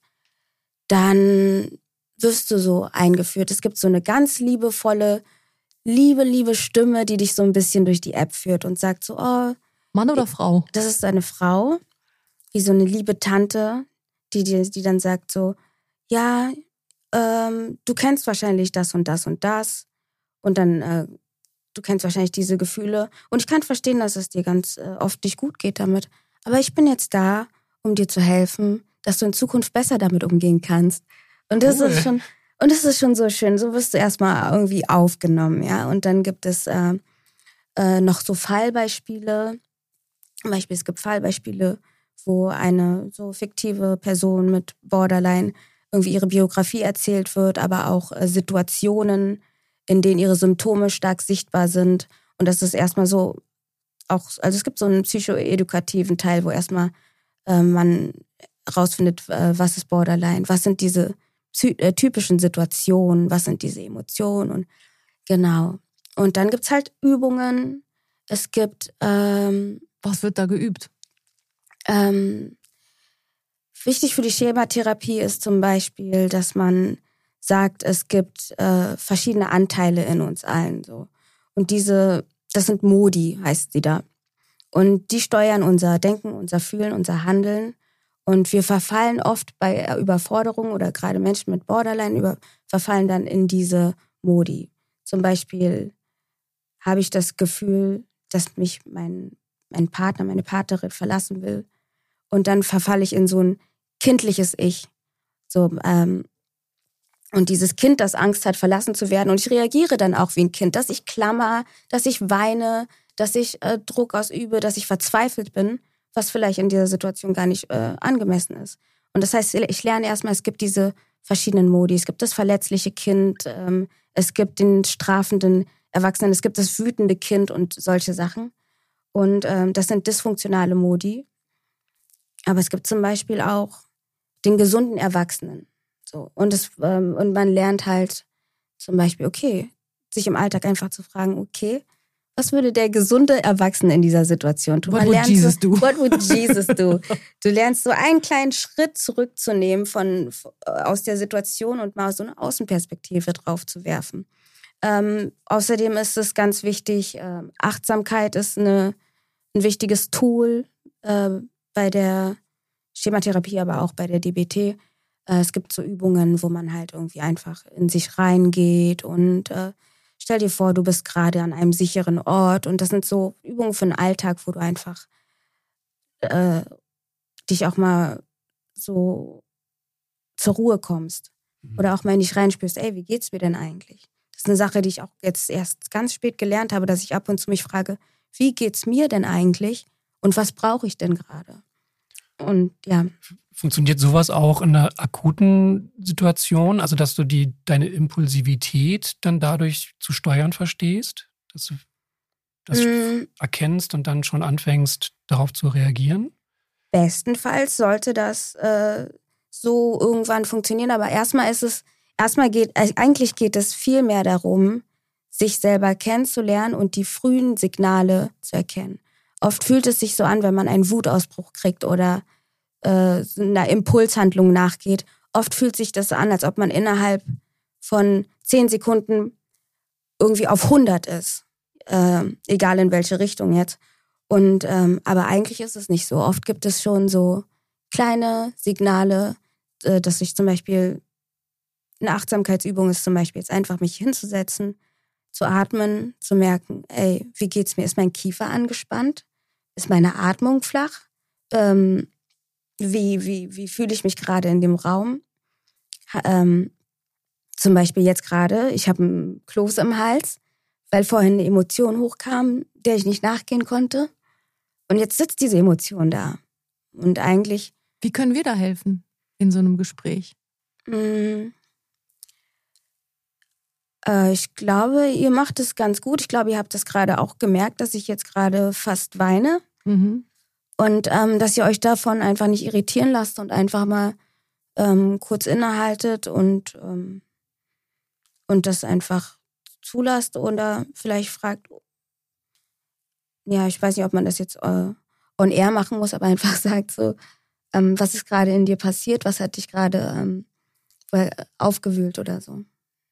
dann wirst du so eingeführt. Es gibt so eine ganz liebevolle, liebe, liebe Stimme, die dich so ein bisschen durch die App führt und sagt so, oh, Mann oder Frau? das ist eine Frau, wie so eine liebe Tante, die, die, die dann sagt so, ja, ähm, du kennst wahrscheinlich das und das und das und dann, äh, du kennst wahrscheinlich diese Gefühle und ich kann verstehen, dass es dir ganz äh, oft nicht gut geht damit, aber ich bin jetzt da, um dir zu helfen, dass du in Zukunft besser damit umgehen kannst. Und das Cool. ist schon, und das ist schon so schön, so wirst du erstmal irgendwie aufgenommen, ja, und dann gibt es äh, äh, noch so Fallbeispiele. Zum Beispiel, es gibt Fallbeispiele, wo eine so fiktive Person mit Borderline irgendwie ihre Biografie erzählt wird, aber auch äh, Situationen, in denen ihre Symptome stark sichtbar sind. Und das ist erstmal so auch, also es gibt so einen psychoedukativen Teil, wo erstmal äh, man rausfindet, äh, was ist Borderline, was sind diese psy- äh, typischen Situationen, was sind diese Emotionen und genau. Und dann gibt's halt Übungen, es gibt ähm, Was wird da geübt? Ähm, wichtig für die Schematherapie ist zum Beispiel, dass man sagt, es gibt äh, verschiedene Anteile in uns allen. So. Und diese, das sind Modi, heißt sie da. Und die steuern unser Denken, unser Fühlen, unser Handeln. Und wir verfallen oft bei Überforderung oder gerade Menschen mit Borderline über, verfallen dann in diese Modi. Zum Beispiel habe ich das Gefühl, dass mich mein, mein Partner, meine Partnerin verlassen will. Und dann verfalle ich in so ein kindliches Ich. So, ähm, und dieses Kind, das Angst hat, verlassen zu werden. Und ich reagiere dann auch wie ein Kind, dass ich klammer, dass ich weine, dass ich äh, Druck ausübe, dass ich verzweifelt bin, was vielleicht in dieser Situation gar nicht äh, angemessen ist. Und das heißt, ich lerne erstmal, es gibt diese verschiedenen Modi. Es gibt das verletzliche Kind, ähm, es gibt den strafenden Erwachsenen, es gibt das wütende Kind und solche Sachen. Und ähm, das sind dysfunktionale Modi. Aber es gibt zum Beispiel auch den gesunden Erwachsenen. So. Und, es, ähm, und man lernt halt zum Beispiel, okay, sich im Alltag einfach zu fragen, okay, was würde der gesunde Erwachsene in dieser Situation tun? What Man would lernt Jesus so, do? What would Jesus do? Du lernst so einen kleinen Schritt zurückzunehmen von, aus der Situation und mal so eine Außenperspektive drauf zu werfen. Ähm, außerdem ist es ganz wichtig, äh, Achtsamkeit ist eine, ein wichtiges Tool äh, bei der Schematherapie, aber auch bei der D B T. Äh, es gibt so Übungen, wo man halt irgendwie einfach in sich reingeht und äh, stell dir vor, du bist gerade an einem sicheren Ort und das sind so Übungen für den Alltag, wo du einfach äh, dich auch mal so zur Ruhe kommst oder auch mal in dich reinspürst, ey, wie geht's mir denn eigentlich? Das ist eine Sache, die ich auch jetzt erst ganz spät gelernt habe, dass ich ab und zu mich frage, wie geht's mir denn eigentlich und was brauche ich denn gerade? Und ja. Funktioniert sowas auch in einer akuten Situation? Also, dass du die, deine Impulsivität dann dadurch zu steuern verstehst? Dass du das mm. erkennst und dann schon anfängst, darauf zu reagieren? Bestenfalls sollte das äh, so irgendwann funktionieren. Aber erstmal ist es, erstmal geht, eigentlich geht es viel mehr darum, sich selber kennenzulernen und die frühen Signale zu erkennen. Oft fühlt es sich so an, wenn man einen Wutausbruch kriegt oder äh, einer Impulshandlung nachgeht. Oft fühlt sich das so an, als ob man innerhalb von zehn Sekunden irgendwie auf hundert ist. Äh, egal in welche Richtung jetzt. Und ähm, aber eigentlich ist es nicht so. Oft gibt es schon so kleine Signale, äh, dass ich zum Beispiel, eine Achtsamkeitsübung ist zum Beispiel jetzt einfach mich hinzusetzen, zu atmen, zu merken, ey, wie geht's mir? Ist mein Kiefer angespannt? Ist meine Atmung flach? Ähm, wie wie, wie fühle ich mich gerade in dem Raum? Ähm, zum Beispiel jetzt gerade, ich habe einen Kloß im Hals, weil vorhin eine Emotion hochkam, der ich nicht nachgehen konnte. Und jetzt sitzt diese Emotion da. Und eigentlich... Wie können wir da helfen in so einem Gespräch? Mh, äh, ich glaube, ihr macht es ganz gut. Ich glaube, ihr habt das gerade auch gemerkt, dass ich jetzt gerade fast weine. Mhm. Und ähm, dass ihr euch davon einfach nicht irritieren lasst und einfach mal ähm, kurz innehaltet und, ähm, und das einfach zulasst oder vielleicht fragt, ja, ich weiß nicht, ob man das jetzt äh, on air machen muss, aber einfach sagt so, ähm, was ist gerade in dir passiert, was hat dich gerade ähm, aufgewühlt oder so.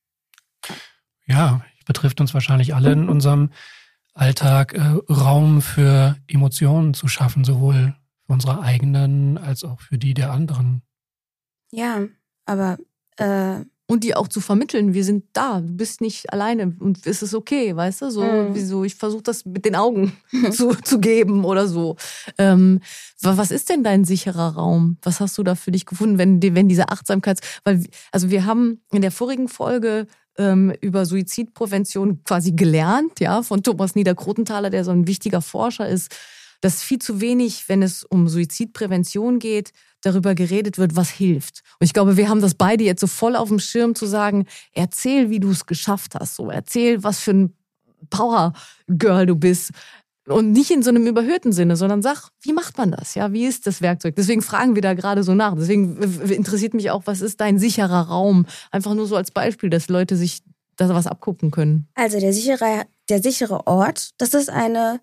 Ja, betrifft uns wahrscheinlich alle in unserem Alltag, äh, Raum für Emotionen zu schaffen, sowohl für unsere eigenen als auch für die der anderen. Ja, aber äh, und die auch zu vermitteln, wir sind da, du bist nicht alleine und es ist okay, weißt du, so mhm. wie so, ich versuche das mit den Augen zu, zu geben oder so. Ähm, was ist denn dein sicherer Raum? Was hast du da für dich gefunden, wenn, wenn diese Achtsamkeits... Weil, also wir haben in der vorigen Folge ähm, über Suizidprävention quasi gelernt, ja, von Thomas Nieder-Krotenthaler, der so ein wichtiger Forscher ist, dass viel zu wenig, wenn es um Suizidprävention geht, darüber geredet wird, was hilft. Und ich glaube, wir haben das beide jetzt so voll auf dem Schirm zu sagen, erzähl, wie du es geschafft hast. So, erzähl, was für ein Power-Girl du bist. Und nicht in so einem überhöhten Sinne, sondern sag, wie macht man das? Ja, wie ist das Werkzeug? Deswegen fragen wir da gerade so nach. Deswegen interessiert mich auch, was ist dein sicherer Raum? Einfach nur so als Beispiel, dass Leute sich da was abgucken können. Also der sichere, der sichere Ort, das ist eine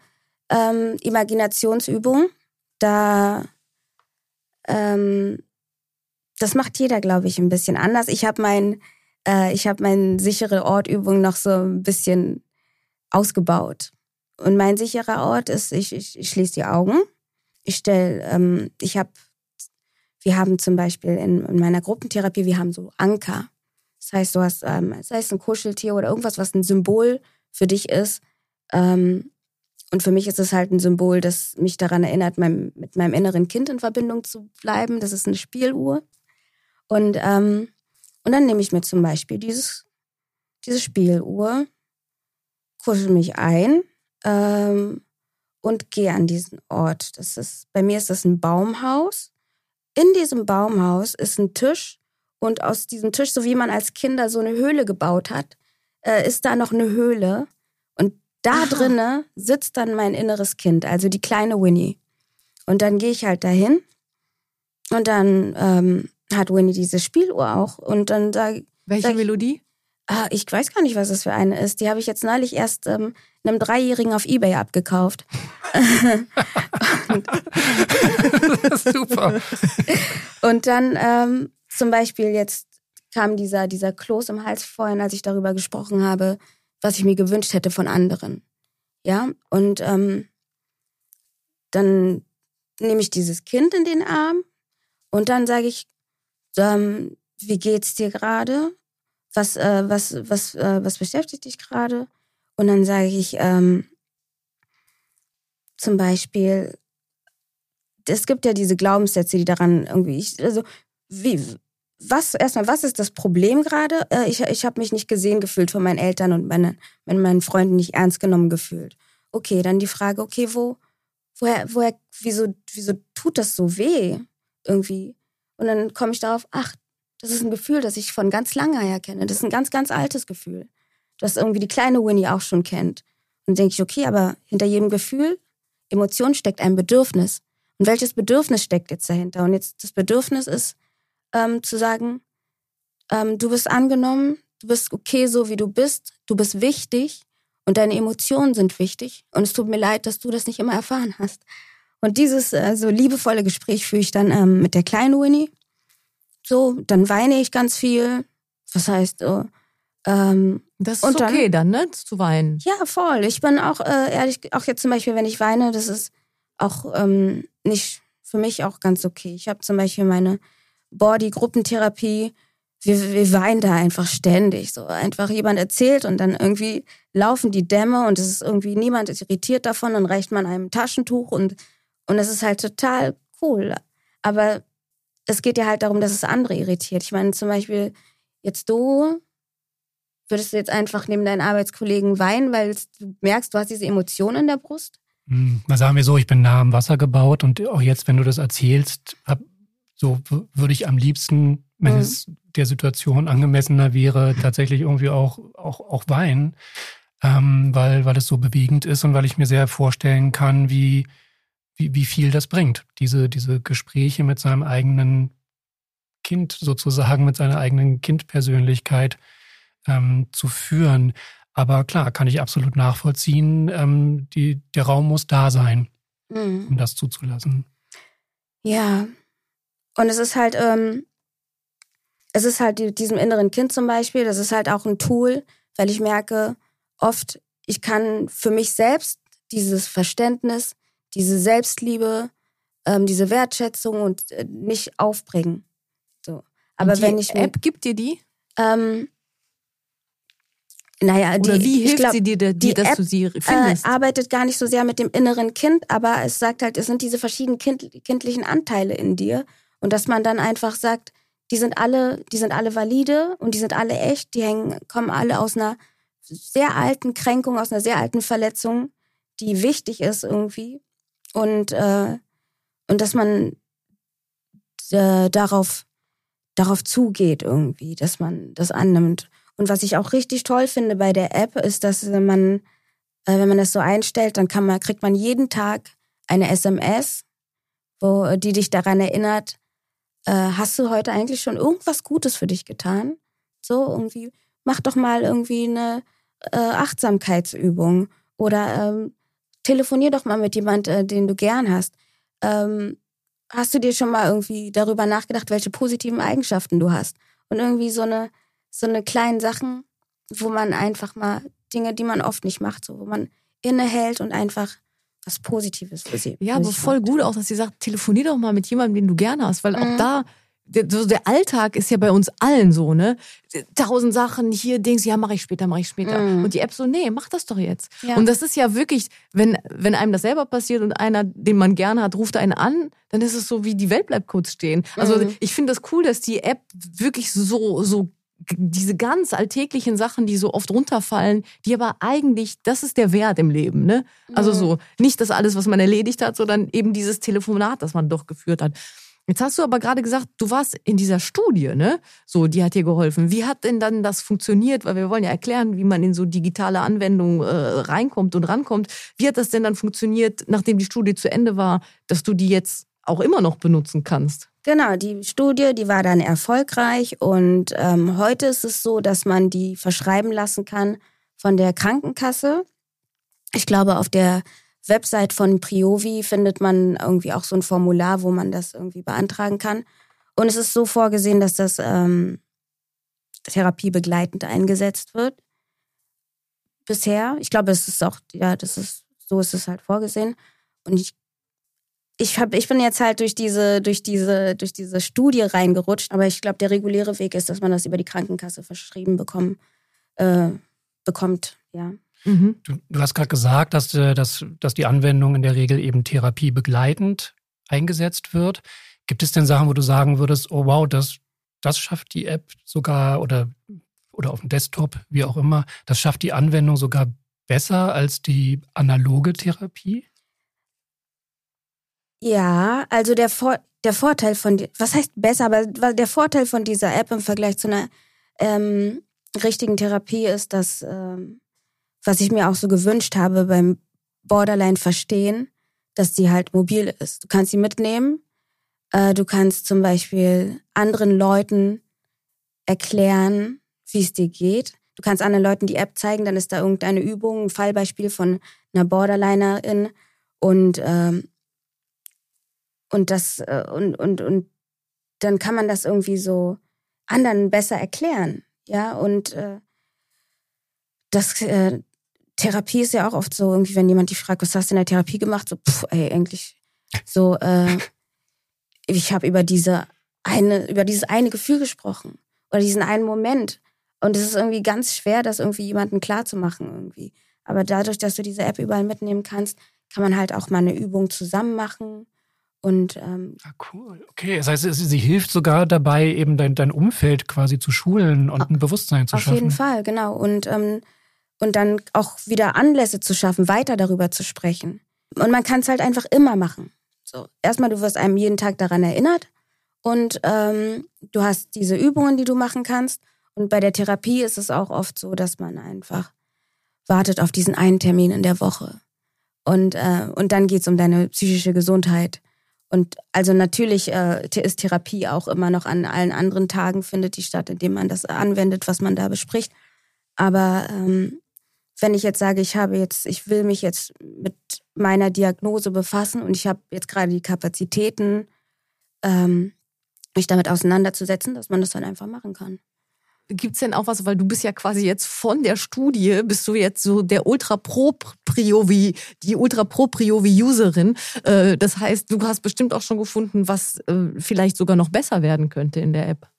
ähm, Imaginationsübung. Da, ähm, das macht jeder, glaube ich, ein bisschen anders. Ich habe mein, äh, ich habe meine sichere Ortübung noch so ein bisschen ausgebaut. Und mein sicherer Ort ist, ich, ich, ich schließe die Augen. Ich stelle, ähm, ich habe, wir haben zum Beispiel in, in meiner Gruppentherapie, wir haben so Anker. Das heißt, du hast, ähm, sei es ein Kuscheltier oder irgendwas, was ein Symbol für dich ist. Ähm, und für mich ist es halt ein Symbol, das mich daran erinnert, mein, mit meinem inneren Kind in Verbindung zu bleiben. Das ist eine Spieluhr. Und, ähm, und dann nehme ich mir zum Beispiel dieses, diese Spieluhr, kuschel mich ein ähm, und gehe an diesen Ort. Das ist, bei mir ist das ein Baumhaus. In diesem Baumhaus ist ein Tisch. Und aus diesem Tisch, so wie man als Kinder so eine Höhle gebaut hat, äh, ist da noch eine Höhle. Und da drinne sitzt dann mein inneres Kind, also die kleine Winnie. Und dann gehe ich halt dahin. Und dann ähm, hat Winnie diese Spieluhr auch. Und dann sage Welche sag ich, Melodie? Ah, ich weiß gar nicht, was das für eine ist. Die habe ich jetzt neulich erst ähm, einem Dreijährigen auf eBay abgekauft. Das ist super. Und dann ähm, zum Beispiel jetzt kam dieser, dieser Kloß im Hals vorhin, als ich darüber gesprochen habe, was ich mir gewünscht hätte von anderen. Ja, und ähm, dann nehme ich dieses Kind in den Arm und dann sage ich, ähm, wie geht's dir gerade? Was, äh, was, was, äh, was beschäftigt dich gerade? Und dann sage ich ähm, zum Beispiel, es gibt ja diese Glaubenssätze, die daran irgendwie, ich, also wie, was erstmal, was ist das Problem gerade? Äh, ich ich habe mich nicht gesehen gefühlt von meinen Eltern und meinen, meinen Freunden nicht ernst genommen gefühlt. Okay, dann die Frage, okay, wo, woher, woher, wieso, wieso tut das so weh irgendwie? Und dann komme ich darauf, ach, das ist ein Gefühl, das ich von ganz lange her kenne. Das ist ein ganz, ganz altes Gefühl, das irgendwie die kleine Winnie auch schon kennt. Und dann denke ich, okay, aber hinter jedem Gefühl, Emotion steckt ein Bedürfnis. Und welches Bedürfnis steckt jetzt dahinter? Und jetzt das Bedürfnis ist, ähm, zu sagen, ähm, du bist angenommen, du bist okay so, wie du bist, du bist wichtig und deine Emotionen sind wichtig. Und es tut mir leid, dass du das nicht immer erfahren hast. Und dieses äh, so liebevolle Gespräch führe ich dann ähm, mit der kleinen Winnie. So, dann weine ich ganz viel. Was heißt, oh, ähm, das ist und dann, okay dann, ne, zu weinen. Ja, voll. Ich bin auch äh, ehrlich, auch jetzt zum Beispiel, wenn ich weine, das ist auch ähm, nicht für mich auch ganz okay. Ich habe zum Beispiel meine Body-Gruppentherapie. Wir, wir weinen da einfach ständig. So einfach jemand erzählt und dann irgendwie laufen die Dämme und es ist irgendwie niemand ist irritiert davon. Dann reicht man einem Taschentuch und und es ist halt total cool. Aber es geht ja halt darum, dass es andere irritiert. Ich meine, zum Beispiel jetzt du, würdest du jetzt einfach neben deinen Arbeitskollegen weinen, weil du merkst, du hast diese Emotionen in der Brust? Hm, mal sagen wir so, ich bin nah am Wasser gebaut und auch jetzt, wenn du das erzählst, hab, so w- würde ich am liebsten, wenn mhm. es der Situation angemessener wäre, tatsächlich irgendwie auch, auch, auch weinen, ähm, weil, weil es so bewegend ist und weil ich mir sehr vorstellen kann, wie Wie, wie viel das bringt, diese, diese Gespräche mit seinem eigenen Kind sozusagen, mit seiner eigenen Kindpersönlichkeit ähm, zu führen. Aber klar, kann ich absolut nachvollziehen, ähm, die, der Raum muss da sein, mhm. um das zuzulassen. Ja, und es ist halt, ähm, es ist halt die, diesem inneren Kind zum Beispiel, das ist halt auch ein Tool, weil ich merke oft, ich kann für mich selbst dieses Verständnis, diese Selbstliebe, ähm, diese Wertschätzung und äh, nicht aufbringen. So. Aber und die wenn ich App gibt dir die? Ähm, naja, Oder die, wie hilft glaub, sie dir, die, die dass App, du sie findest? Äh, arbeitet gar nicht so sehr mit dem inneren Kind, aber es sagt halt, es sind diese verschiedenen kind, kindlichen Anteile in dir und dass man dann einfach sagt, die sind alle, die sind alle valide und die sind alle echt, die hängen, kommen alle aus einer sehr alten Kränkung, aus einer sehr alten Verletzung, die wichtig ist irgendwie. Und, äh, und dass man äh, darauf, darauf zugeht irgendwie, dass man das annimmt. Und was ich auch richtig toll finde bei der App, ist, dass man, äh, wenn man das so einstellt, dann kann man, kriegt man jeden Tag eine S M S, wo die dich daran erinnert, äh, hast du heute eigentlich schon irgendwas Gutes für dich getan? So irgendwie, mach doch mal irgendwie eine äh, Achtsamkeitsübung oder ähm, telefonier doch mal mit jemand, äh, den du gern hast. Ähm, hast du dir schon mal irgendwie darüber nachgedacht, welche positiven Eigenschaften du hast? Und irgendwie so eine, so eine kleinen Sachen, wo man einfach mal Dinge, die man oft nicht macht, so wo man innehält und einfach was Positives für sie. Ja, aber voll macht. Gut auch, dass sie sagt, telefonier doch mal mit jemandem, den du gerne hast, weil mhm. auch da, der, so der Alltag ist ja bei uns allen so, ne? Tausend Sachen, hier Dings, ja, mache ich später, mache ich später. Mhm. Und die App so, nee, mach das doch jetzt. Ja. Und das ist ja wirklich, wenn, wenn einem das selber passiert und einer, den man gerne hat, ruft einen an, dann ist es so, wie die Welt bleibt kurz stehen. Also mhm. ich finde das cool, dass die App wirklich so, so diese ganz alltäglichen Sachen, die so oft runterfallen, die aber eigentlich, das ist der Wert im Leben, ne? Also so, nicht das alles, was man erledigt hat, sondern eben dieses Telefonat, das man doch geführt hat. Jetzt hast du aber gerade gesagt, du warst in dieser Studie, ne? So, die hat dir geholfen. Wie hat denn dann das funktioniert? Weil wir wollen ja erklären, wie man in so digitale Anwendungen äh, reinkommt und rankommt. Wie hat das denn dann funktioniert, nachdem die Studie zu Ende war, dass du die jetzt auch immer noch benutzen kannst? Genau, die Studie, die war dann erfolgreich und ähm, heute ist es so, dass man die verschreiben lassen kann von der Krankenkasse. Ich glaube, auf der Website von Priovi findet man irgendwie auch so ein Formular, wo man das irgendwie beantragen kann. Und es ist so vorgesehen, dass das ähm, therapiebegleitend eingesetzt wird. Bisher. Ich glaube, es ist auch, ja, das ist, so ist es halt vorgesehen. Und ich Ich, hab, ich bin jetzt halt durch diese, durch, diese, durch diese Studie reingerutscht, aber ich glaube, der reguläre Weg ist, dass man das über die Krankenkasse verschrieben bekommen, äh, bekommt. Ja. Mhm. Du, du hast gerade gesagt, dass, dass, dass die Anwendung in der Regel eben therapiebegleitend eingesetzt wird. Gibt es denn Sachen, wo du sagen würdest, oh wow, das, das schafft die App sogar oder, oder auf dem Desktop, wie auch immer, das schafft die Anwendung sogar besser als die analoge Therapie? Ja, also der, Vor- der Vorteil von, was heißt besser, aber der Vorteil von dieser App im Vergleich zu einer ähm, richtigen Therapie ist, dass, ähm, was ich mir auch so gewünscht habe beim Borderline verstehen, dass die halt mobil ist. Du kannst sie mitnehmen, äh, du kannst zum Beispiel anderen Leuten erklären, wie es dir geht. Du kannst anderen Leuten die App zeigen, dann ist da irgendeine Übung, ein Fallbeispiel von einer Borderlinerin und ähm, Und das und, und, und dann kann man das irgendwie so anderen besser erklären. Ja, und äh, das äh, Therapie ist ja auch oft so, irgendwie, wenn jemand dich fragt, was hast du in der Therapie gemacht? So, pff, ey, eigentlich so, äh, ich habe über diese eine, über dieses eine Gefühl gesprochen oder diesen einen Moment. Und es ist irgendwie ganz schwer, das irgendwie jemandem klarzumachen irgendwie. Aber dadurch, dass du diese App überall mitnehmen kannst, kann man halt auch mal eine Übung zusammen machen. Und, ähm, ah, cool. Okay, das heißt, sie, sie hilft sogar dabei, eben dein, dein Umfeld quasi zu schulen und ein Bewusstsein zu auf schaffen. Auf jeden Fall, genau. Und, ähm, und dann auch wieder Anlässe zu schaffen, weiter darüber zu sprechen. Und man kann es halt einfach immer machen. So, erstmal, du wirst einem jeden Tag daran erinnert und ähm, du hast diese Übungen, die du machen kannst. Und bei der Therapie ist es auch oft so, dass man einfach wartet auf diesen einen Termin in der Woche. Und, äh, und dann geht es um deine psychische Gesundheit. Und also natürlich äh, ist Therapie auch immer noch an allen anderen Tagen, findet die statt, indem man das anwendet, was man da bespricht. Aber ähm, wenn ich jetzt sage, ich habe jetzt, ich will mich jetzt mit meiner Diagnose befassen und ich habe jetzt gerade die Kapazitäten, ähm, mich damit auseinanderzusetzen, dass man das dann einfach machen kann. Gibt's denn auch was, weil du bist ja quasi jetzt von der Studie, bist du jetzt so der Ultra-Pro-Priovi, die Ultra-Pro-Priovi-Userin. Das heißt, du hast bestimmt auch schon gefunden, was vielleicht sogar noch besser werden könnte in der App.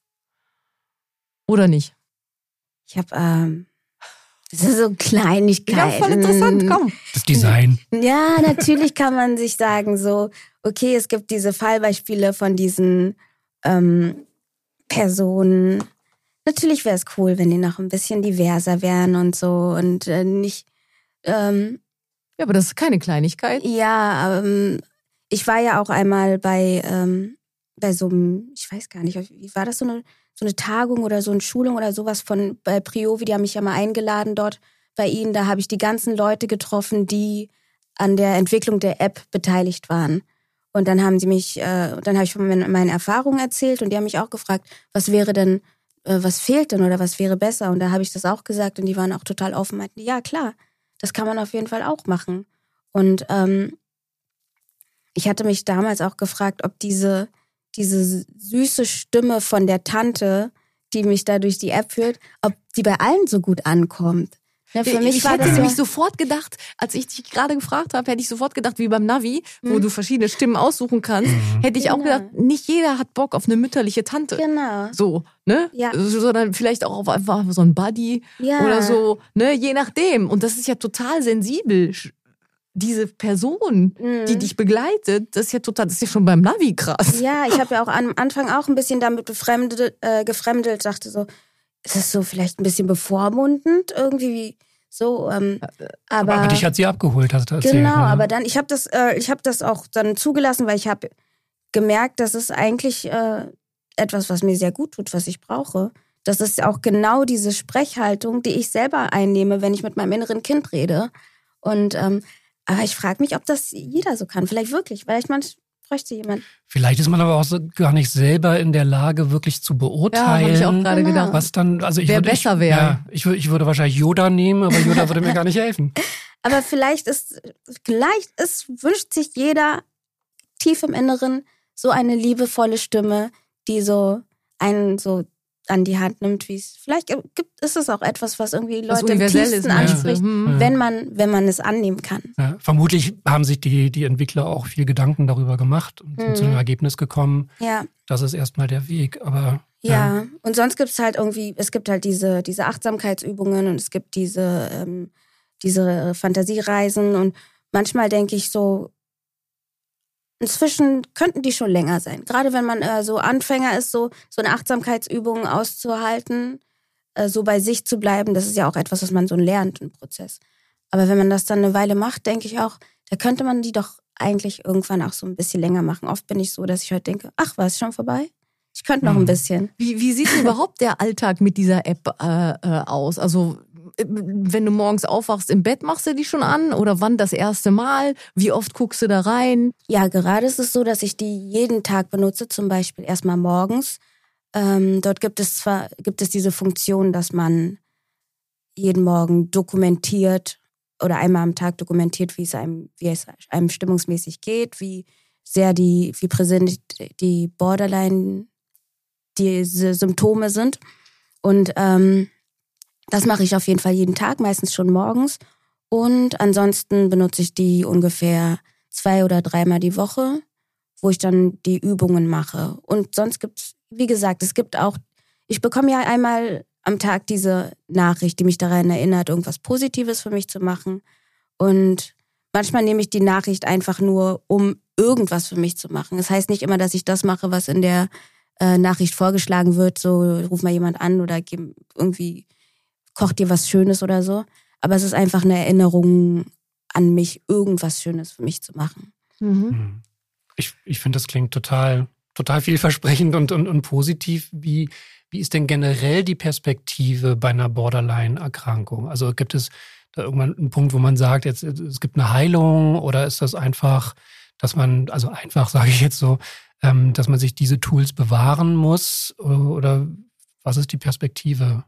Oder nicht? Ich habe, ähm, das sind so Kleinigkeiten. Ja, voll interessant, komm. Das Design. Ja, natürlich kann man sich sagen so, okay, es gibt diese Fallbeispiele von diesen ähm, Personen. Natürlich wäre es cool, wenn die noch ein bisschen diverser wären und so und äh, nicht... Ähm, ja, aber das ist keine Kleinigkeit. Ja, ähm, ich war ja auch einmal bei, ähm, bei so einem, ich weiß gar nicht, wie war das, so eine, so eine Tagung oder so eine Schulung oder sowas von bei Priovi, die haben mich ja mal eingeladen dort bei ihnen. Da habe ich die ganzen Leute getroffen, die an der Entwicklung der App beteiligt waren. Und dann haben sie mich, äh, dann habe ich von meinen Erfahrungen erzählt und die haben mich auch gefragt, was wäre denn was fehlt denn oder was wäre besser? Und da habe ich das auch gesagt und die waren auch total offen, meinten, ja klar, das kann man auf jeden Fall auch machen. Und ähm, ich hatte mich damals auch gefragt, ob diese, diese süße Stimme von der Tante, die mich da durch die App führt, ob die bei allen so gut ankommt. Ja, für mich ich war hätte das nämlich ja sofort gedacht, als ich dich gerade gefragt habe, hätte ich sofort gedacht, wie beim Navi, mhm. wo du verschiedene Stimmen aussuchen kannst, mhm. hätte ich genau. auch gedacht, nicht jeder hat Bock auf eine mütterliche Tante. Genau. So, ne? Ja. Sondern vielleicht auch auf einfach so ein Buddy ja. oder so, ne? Je nachdem. Und das ist ja total sensibel. Diese Person, mhm. die dich begleitet, das ist ja total, das ist ja schon beim Navi krass. Ja, ich habe ja auch am Anfang auch ein bisschen damit befremdet, äh, gefremdelt, dachte so, ist das so vielleicht ein bisschen bevormundend irgendwie so, ähm, aber, aber dich hat sie abgeholt, hast du erzählt. Genau, ne? aber dann, ich habe das, äh, ich habe das auch dann zugelassen, weil ich habe gemerkt, das ist eigentlich äh, etwas, was mir sehr gut tut, was ich brauche. Das ist auch genau diese Sprechhaltung, die ich selber einnehme, wenn ich mit meinem inneren Kind rede. Und ähm, aber ich frage mich, ob das jeder so kann. Vielleicht wirklich, vielleicht man bräuchte jemand. Vielleicht ist man aber auch so gar nicht selber in der Lage, wirklich zu beurteilen. Ja, habe ich auch gerade genau. gedacht. Was dann, also ich Wer würde, besser ich, wäre. Ja, ich, würde, ich würde wahrscheinlich Yoda nehmen, aber Yoda würde mir gar nicht helfen. Aber vielleicht ist, vielleicht ist, wünscht sich jeder tief im Inneren so eine liebevolle Stimme, die so einen so an die Hand nimmt, wie es vielleicht gibt, ist es auch etwas, was irgendwie Leute im tiefsten anspricht, ja. Mhm. wenn man, wenn man es annehmen kann. Ja, vermutlich haben sich die, die Entwickler auch viel Gedanken darüber gemacht und sind mhm. zu einem Ergebnis gekommen. Ja. Das ist erstmal der Weg, aber ja. ja. Und sonst gibt es halt irgendwie, es gibt halt diese, diese Achtsamkeitsübungen und es gibt diese, ähm, diese Fantasiereisen und manchmal denke ich so, inzwischen könnten die schon länger sein. Gerade wenn man äh, so Anfänger ist, so, so eine Achtsamkeitsübung auszuhalten, äh, so bei sich zu bleiben, das ist ja auch etwas, was man so lernt im Prozess. Aber wenn man das dann eine Weile macht, denke ich auch, da könnte man die doch eigentlich irgendwann auch so ein bisschen länger machen. Oft bin ich so, dass ich heute denke, ach, war es schon vorbei? Ich könnte noch hm. ein bisschen. Wie, wie sieht denn überhaupt der Alltag mit dieser App äh, äh, aus? Also wenn du morgens aufwachst im Bett, machst du die schon an? Oder wann das erste Mal? Wie oft guckst du da rein? Ja, gerade ist es so, dass ich die jeden Tag benutze, zum Beispiel erstmal morgens. Ähm, dort gibt es zwar gibt es diese Funktion, dass man jeden Morgen dokumentiert oder einmal am Tag dokumentiert, wie es einem, wie es einem stimmungsmäßig geht, wie sehr die, wie präsent die Borderline, diese Symptome sind. Und ähm, das mache ich auf jeden Fall jeden Tag, meistens schon morgens. Und ansonsten benutze ich die ungefähr zwei oder dreimal die Woche, wo ich dann die Übungen mache. Und sonst gibt es, wie gesagt, es gibt auch, ich bekomme ja einmal am Tag diese Nachricht, die mich daran erinnert, irgendwas Positives für mich zu machen. Und manchmal nehme ich die Nachricht einfach nur, um irgendwas für mich zu machen. Das heißt nicht immer, dass ich das mache, was in der äh, Nachricht vorgeschlagen wird, so ruf mal jemand an oder irgendwie kocht dir was Schönes oder so. Aber es ist einfach eine Erinnerung an mich, irgendwas Schönes für mich zu machen. Mhm. Ich, ich finde, das klingt total, total vielversprechend und, und, und positiv. Wie, wie ist denn generell die Perspektive bei einer Borderline-Erkrankung? Also gibt es da irgendwann einen Punkt, wo man sagt, jetzt, es gibt eine Heilung, oder ist das einfach, dass man, also einfach sage ich jetzt so, ähm, dass man sich diese Tools bewahren muss? Oder was ist die Perspektive?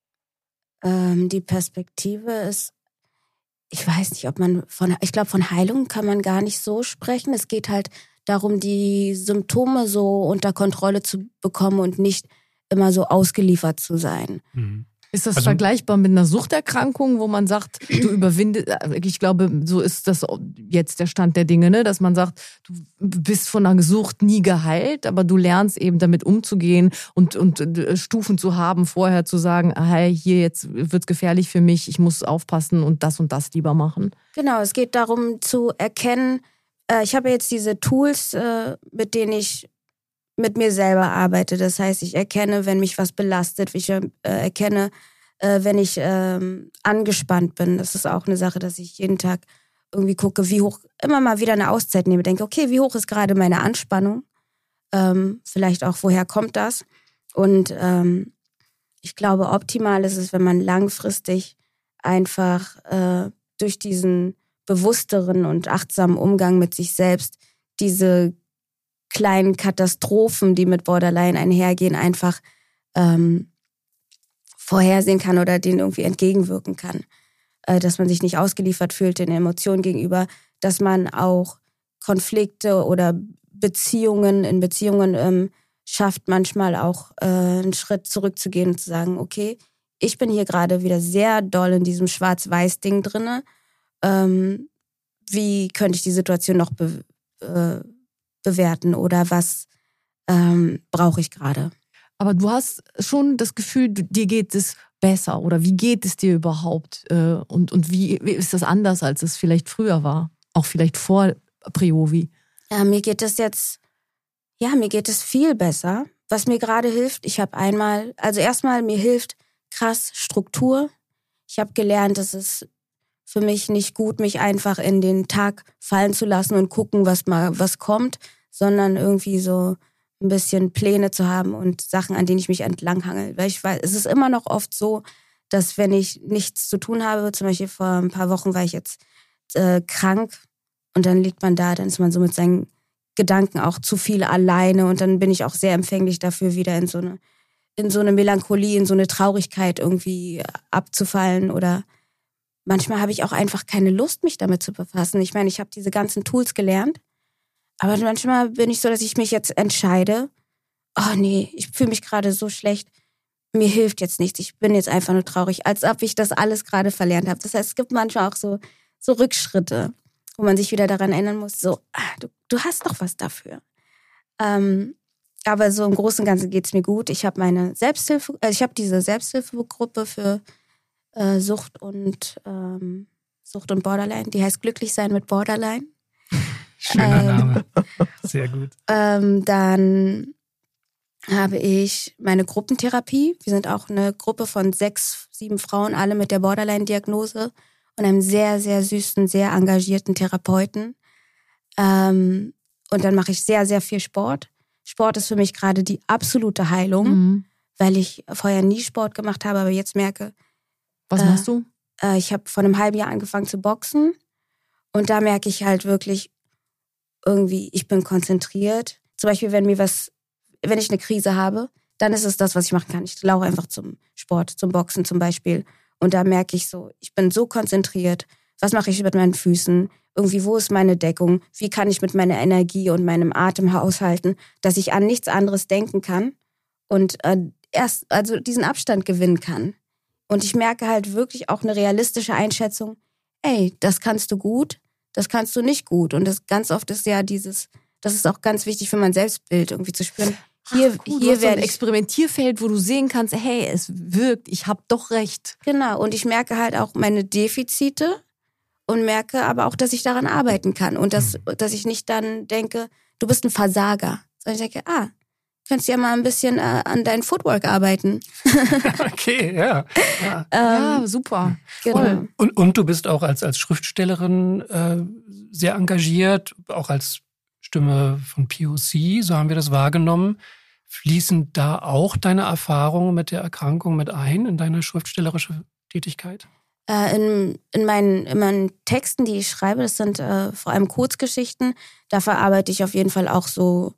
Ähm, die Perspektive ist, ich weiß nicht, ob man von, ich glaube, von Heilung kann man gar nicht so sprechen. Es geht halt darum, die Symptome so unter Kontrolle zu bekommen und nicht immer so ausgeliefert zu sein. Mhm. Ist das also, vergleichbar mit einer Suchterkrankung, wo man sagt, du überwindest, ich glaube, so ist das jetzt der Stand der Dinge, ne? Dass man sagt, du bist von einer Sucht nie geheilt, aber du lernst eben damit umzugehen und, und Stufen zu haben, vorher zu sagen, hey, hier jetzt wird's gefährlich für mich, ich muss aufpassen und das und das lieber machen. Genau, es geht darum zu erkennen, äh, ich habe jetzt diese Tools, äh, mit denen ich mit mir selber arbeite. Das heißt, ich erkenne, wenn mich was belastet, ich äh, erkenne, äh, wenn ich äh, angespannt bin. Das ist auch eine Sache, dass ich jeden Tag irgendwie gucke, wie hoch, immer mal wieder eine Auszeit nehme, denke, okay, wie hoch ist gerade meine Anspannung? Ähm, vielleicht auch, woher kommt das? Und ähm, ich glaube, optimal ist es, wenn man langfristig einfach äh, durch diesen bewussteren und achtsamen Umgang mit sich selbst diese kleinen Katastrophen, die mit Borderline einhergehen, einfach ähm, vorhersehen kann oder denen irgendwie entgegenwirken kann. Äh, dass man sich nicht ausgeliefert fühlt den Emotionen gegenüber, dass man auch Konflikte oder Beziehungen, in Beziehungen ähm, schafft manchmal auch äh, einen Schritt zurückzugehen und zu sagen, okay, ich bin hier gerade wieder sehr doll in diesem Schwarz-Weiß-Ding drinne. Ähm, wie könnte ich die Situation noch be- äh, bewerten oder was ähm, brauche ich gerade? Aber du hast schon das Gefühl, du, dir geht es besser oder wie geht es dir überhaupt? Äh, und und wie, wie ist das anders, als es vielleicht früher war? Auch vielleicht vor Priovi? Ja, mir geht es jetzt, ja, mir geht es viel besser. Was mir gerade hilft, ich habe einmal, also erstmal mir hilft krass Struktur. Ich habe gelernt, es ist für mich nicht gut, mich einfach in den Tag fallen zu lassen und gucken, was mal was kommt, sondern irgendwie so ein bisschen Pläne zu haben und Sachen, an denen ich mich entlanghangel. Weil ich weiß, es ist immer noch oft so, dass wenn ich nichts zu tun habe, zum Beispiel vor ein paar Wochen war ich jetzt äh, krank und dann liegt man da, dann ist man so mit seinen Gedanken auch zu viel alleine und dann bin ich auch sehr empfänglich dafür, wieder in so eine in so eine Melancholie, in so eine Traurigkeit irgendwie abzufallen oder manchmal habe ich auch einfach keine Lust, mich damit zu befassen. Ich meine, ich habe diese ganzen Tools gelernt, aber manchmal bin ich so, dass ich mich jetzt entscheide, oh nee, ich fühle mich gerade so schlecht, mir hilft jetzt nichts, ich bin jetzt einfach nur traurig, als ob ich das alles gerade verlernt habe. Das heißt, es gibt manchmal auch so, so Rückschritte, wo man sich wieder daran erinnern muss, so, ah, du, du hast doch was dafür. Ähm, aber so im Großen und Ganzen geht's mir gut. Ich habe meine Selbsthilfe, also ich habe diese Selbsthilfegruppe für äh, Sucht und ähm, Sucht und Borderline. Die heißt Glücklich sein mit Borderline. Schöner ähm, Name. Sehr gut. Ähm, dann habe ich meine Gruppentherapie. Wir sind auch eine Gruppe von sechs, sieben Frauen, alle mit der Borderline-Diagnose und einem sehr, sehr süßen, sehr engagierten Therapeuten. Ähm, und dann mache ich sehr, sehr viel Sport. Sport ist für mich gerade die absolute Heilung, mhm. weil ich vorher nie Sport gemacht habe, aber jetzt merke... Was äh, machst du? Äh, ich habe vor einem halben Jahr angefangen zu boxen und da merke ich halt wirklich irgendwie, ich bin konzentriert. Zum Beispiel, wenn mir was, wenn ich eine Krise habe, dann ist es das, was ich machen kann. Ich laufe einfach zum Sport, zum Boxen zum Beispiel und da merke ich so, ich bin so konzentriert. Was mache ich mit meinen Füßen? Irgendwie, wo ist meine Deckung? Wie kann ich mit meiner Energie und meinem Atem haushalten, dass ich an nichts anderes denken kann und äh, erst also diesen Abstand gewinnen kann. Und ich merke halt wirklich auch eine realistische Einschätzung, ey, das kannst du gut, das kannst du nicht gut. Und das ganz oft ist ja dieses, das ist auch ganz wichtig für mein Selbstbild, irgendwie zu spüren. Hier, Ach, cool, hier so ein werde ich Experimentierfeld, wo du sehen kannst, hey, es wirkt, ich habe doch recht. Genau, und ich merke halt auch meine Defizite und merke aber auch, dass ich daran arbeiten kann. Und dass, dass ich nicht dann denke, du bist ein Versager. Sondern ich denke, ah, könntest ja mal ein bisschen äh, an deinem Footwork arbeiten. Okay, ja. Ja, ähm, ja super. Genau. Und, und du bist auch als, als Schriftstellerin äh, sehr engagiert, auch als Stimme von P O C, so haben wir das wahrgenommen. Fließen da auch deine Erfahrungen mit der Erkrankung mit ein in deine schriftstellerische Tätigkeit? Äh, in, in, meinen, in meinen Texten, die ich schreibe, das sind äh, vor allem Kurzgeschichten, da verarbeite ich auf jeden Fall auch so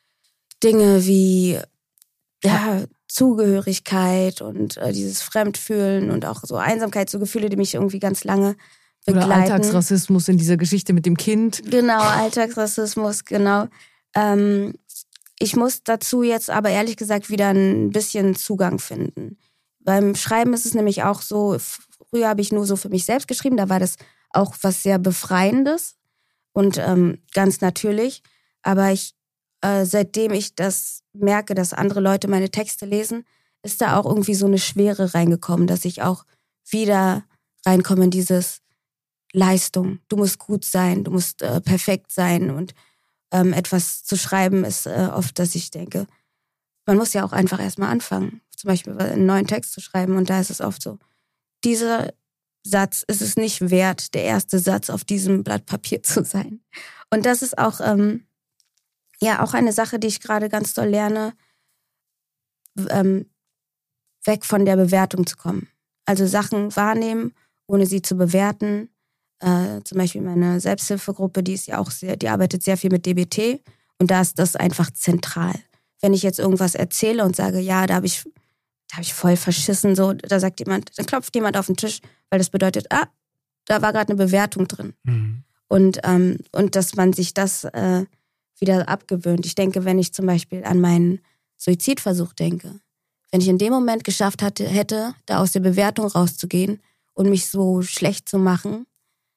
Dinge wie ja, Zugehörigkeit und äh, dieses Fremdfühlen und auch so Einsamkeit, so Gefühle, die mich irgendwie ganz lange begleiten. Oder Alltagsrassismus in dieser Geschichte mit dem Kind. Genau, Alltagsrassismus, genau. Ähm, ich muss dazu jetzt aber ehrlich gesagt wieder ein bisschen Zugang finden. Beim Schreiben ist es nämlich auch so, früher habe ich nur so für mich selbst geschrieben, da war das auch was sehr Befreiendes und ähm, ganz natürlich. Aber ich Äh, seitdem ich das merke, dass andere Leute meine Texte lesen, ist da auch irgendwie so eine Schwere reingekommen, dass ich auch wieder reinkomme in dieses Leistung. Du musst gut sein, du musst äh, perfekt sein und ähm, etwas zu schreiben ist äh, oft, dass ich denke, man muss ja auch einfach erstmal anfangen, zum Beispiel einen neuen Text zu schreiben und da ist es oft so, dieser Satz ist es nicht wert, der erste Satz auf diesem Blatt Papier zu sein. Und das ist auch ähm, ja, auch eine Sache, die ich gerade ganz doll lerne, ähm, weg von der Bewertung zu kommen. Also Sachen wahrnehmen, ohne sie zu bewerten. Äh, zum Beispiel meine Selbsthilfegruppe, die ist ja auch sehr, die arbeitet sehr viel mit D B T und da ist das einfach zentral. Wenn ich jetzt irgendwas erzähle und sage, ja, da habe ich, da habe ich voll verschissen, so, da sagt jemand, dann klopft jemand auf den Tisch, weil das bedeutet, ah, da war gerade eine Bewertung drin. Mhm. Und, ähm, und dass man sich das äh, wieder abgewöhnt. Ich denke, wenn ich zum Beispiel an meinen Suizidversuch denke, wenn ich in dem Moment geschafft hatte, hätte, da aus der Bewertung rauszugehen und mich so schlecht zu machen,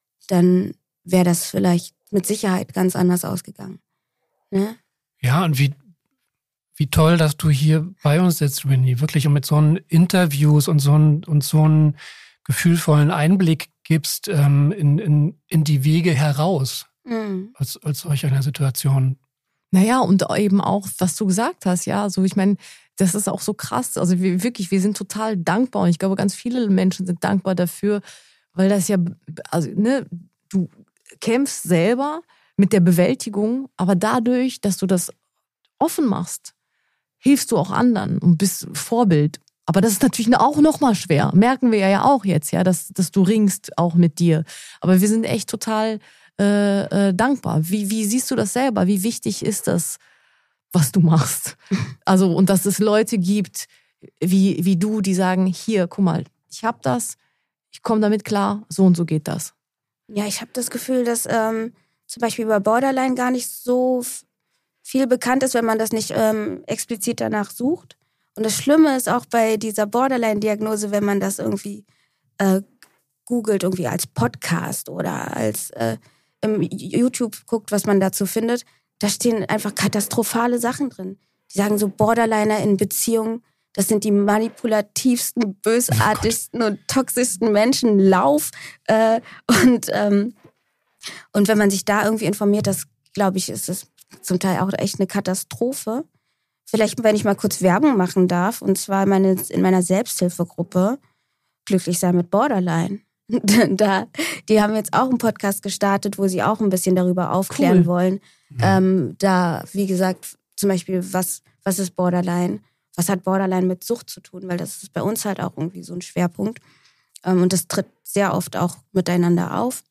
dann wäre das vielleicht mit Sicherheit ganz anders ausgegangen. Ne? Ja, und wie, wie toll, dass du hier bei uns sitzt, Winnie, wirklich und mit so einen Interviews und so einen, und so einen gefühlvollen Einblick gibst ähm, in, in, in die Wege heraus mhm. aus, aus solch einer Situation. Naja, und eben auch, was du gesagt hast, ja, also ich meine, das ist auch so krass, also wir, wirklich, wir sind total dankbar und ich glaube, ganz viele Menschen sind dankbar dafür, weil das ja, also ne, du kämpfst selber mit der Bewältigung, aber dadurch, dass du das offen machst, hilfst du auch anderen und bist Vorbild. Aber das ist natürlich auch nochmal schwer, merken wir ja auch jetzt, ja, dass, dass du ringst auch mit dir. Aber wir sind echt total äh, äh, dankbar. Wie, wie siehst du das selber? Wie wichtig ist das, was du machst? Also, und dass es Leute gibt wie, wie du, die sagen, hier, guck mal, ich hab das, ich komme damit klar, so und so geht das. Ja, ich habe das Gefühl, dass ähm, zum Beispiel über Borderline gar nicht so f- viel bekannt ist, wenn man das nicht ähm, explizit danach sucht. Und das Schlimme ist auch bei dieser Borderline-Diagnose, wenn man das irgendwie äh, googelt, irgendwie als Podcast oder als äh, im YouTube guckt, was man dazu findet, da stehen einfach katastrophale Sachen drin. Die sagen so, Borderliner in Beziehungen, das sind die manipulativsten, bösartigsten und toxischsten Menschen, Lauf. Äh, und, ähm, und wenn man sich da irgendwie informiert, das glaube ich, ist es zum Teil auch echt eine Katastrophe. Vielleicht, wenn ich mal kurz Werbung machen darf, und zwar meine, in meiner Selbsthilfegruppe Glücklich sein mit Borderline. da, die haben jetzt auch einen Podcast gestartet, wo sie auch ein bisschen darüber aufklären cool. wollen. Ja. Ähm, da, wie gesagt, zum Beispiel, was, was ist Borderline? Was hat Borderline mit Sucht zu tun? Weil das ist bei uns halt auch irgendwie so ein Schwerpunkt. Ähm, und das tritt sehr oft auch miteinander auf.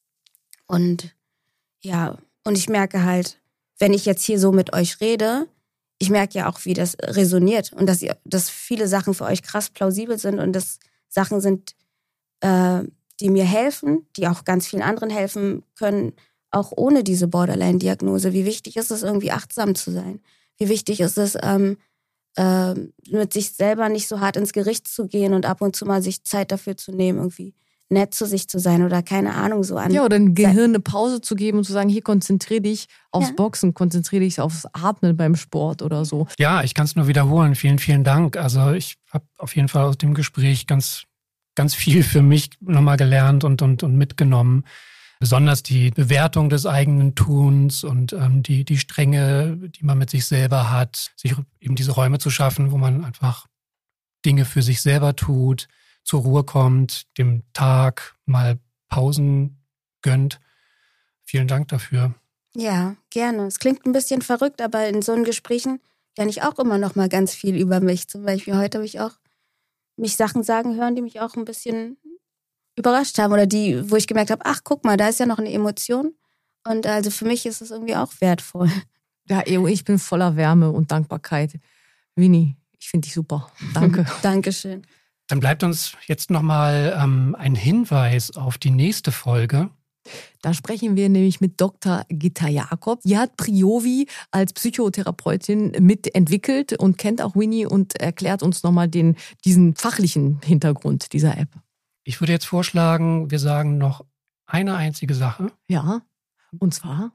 Und ja, und ich merke halt, wenn ich jetzt hier so mit euch rede, ich merke ja auch, wie das resoniert und dass, ihr, dass viele Sachen für euch krass plausibel sind und dass Sachen sind, äh, die mir helfen, die auch ganz vielen anderen helfen können, auch ohne diese Borderline-Diagnose. Wie wichtig ist es, irgendwie achtsam zu sein? Wie wichtig ist es, ähm, äh, mit sich selber nicht so hart ins Gericht zu gehen und ab und zu mal sich Zeit dafür zu nehmen, irgendwie nett zu sich zu sein oder keine Ahnung so an. Ja, oder dem Gehirn eine Pause zu geben und zu sagen, hier konzentriere dich aufs Ja. Boxen, konzentriere dich aufs Atmen beim Sport oder so. Ja, ich kann es nur wiederholen. Vielen, vielen Dank. Also ich habe auf jeden Fall aus dem Gespräch ganz, ganz viel für mich nochmal gelernt und, und, und mitgenommen. Besonders die Bewertung des eigenen Tuns und ähm, die, die Strenge, die man mit sich selber hat, sich eben diese Räume zu schaffen, wo man einfach Dinge für sich selber tut, zur Ruhe kommt, dem Tag mal Pausen gönnt. Vielen Dank dafür. Ja, gerne. Es klingt ein bisschen verrückt, aber in so einen Gesprächen lerne ich auch immer noch mal ganz viel über mich. Zum Beispiel heute habe ich auch mich Sachen sagen hören, die mich auch ein bisschen überrascht haben oder die, wo ich gemerkt habe, ach, guck mal, da ist ja noch eine Emotion. Und also für mich ist es irgendwie auch wertvoll. Ja, ich bin voller Wärme und Dankbarkeit. Winnie, ich finde dich super. Danke. Dankeschön. Dann bleibt uns jetzt nochmal ähm, ein Hinweis auf die nächste Folge. Da sprechen wir nämlich mit Doktor Gitta Jakob. Die hat Priovi als Psychotherapeutin mitentwickelt und kennt auch Winnie und erklärt uns nochmal den, diesen fachlichen Hintergrund dieser App. Ich würde jetzt vorschlagen, wir sagen noch eine einzige Sache. Ja, und zwar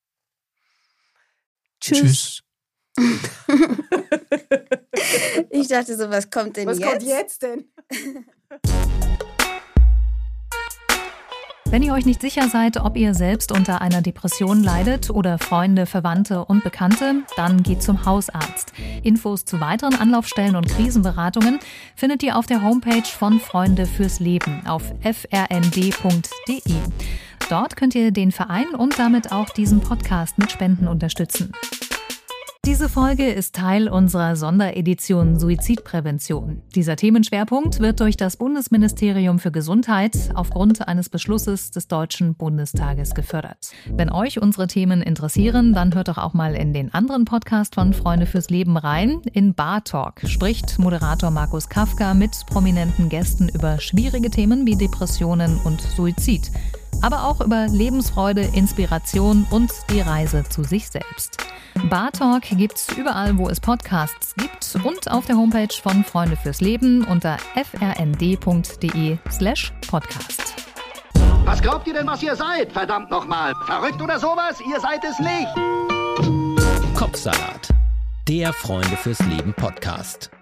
Tschüss. Tschüss. Ich dachte so, was kommt denn was jetzt? Was kommt jetzt denn? Wenn ihr euch nicht sicher seid, ob ihr selbst unter einer Depression leidet oder Freunde, Verwandte und Bekannte, dann geht zum Hausarzt. Infos zu weiteren Anlaufstellen und Krisenberatungen findet ihr auf der Homepage von Freunde fürs Leben auf f r n d punkt d e. Dort könnt ihr den Verein und damit auch diesen Podcast mit Spenden unterstützen. Diese Folge ist Teil unserer Sonderedition Suizidprävention. Dieser Themenschwerpunkt wird durch das Bundesministerium für Gesundheit aufgrund eines Beschlusses des Deutschen Bundestages gefördert. Wenn euch unsere Themen interessieren, dann hört doch auch mal in den anderen Podcast von Freunde fürs Leben rein. In Bar Talk spricht Moderator Markus Kafka mit prominenten Gästen über schwierige Themen wie Depressionen und Suizid. aber auch über Lebensfreude, Inspiration und die Reise zu sich selbst. Bar Talk gibt's überall, wo es Podcasts gibt und auf der Homepage von Freunde fürs Leben unter frnd.de slash podcast. Was glaubt ihr denn, was ihr seid? Verdammt nochmal. Verrückt oder sowas? Ihr seid es nicht. Kopfsalat, der Freunde fürs Leben Podcast.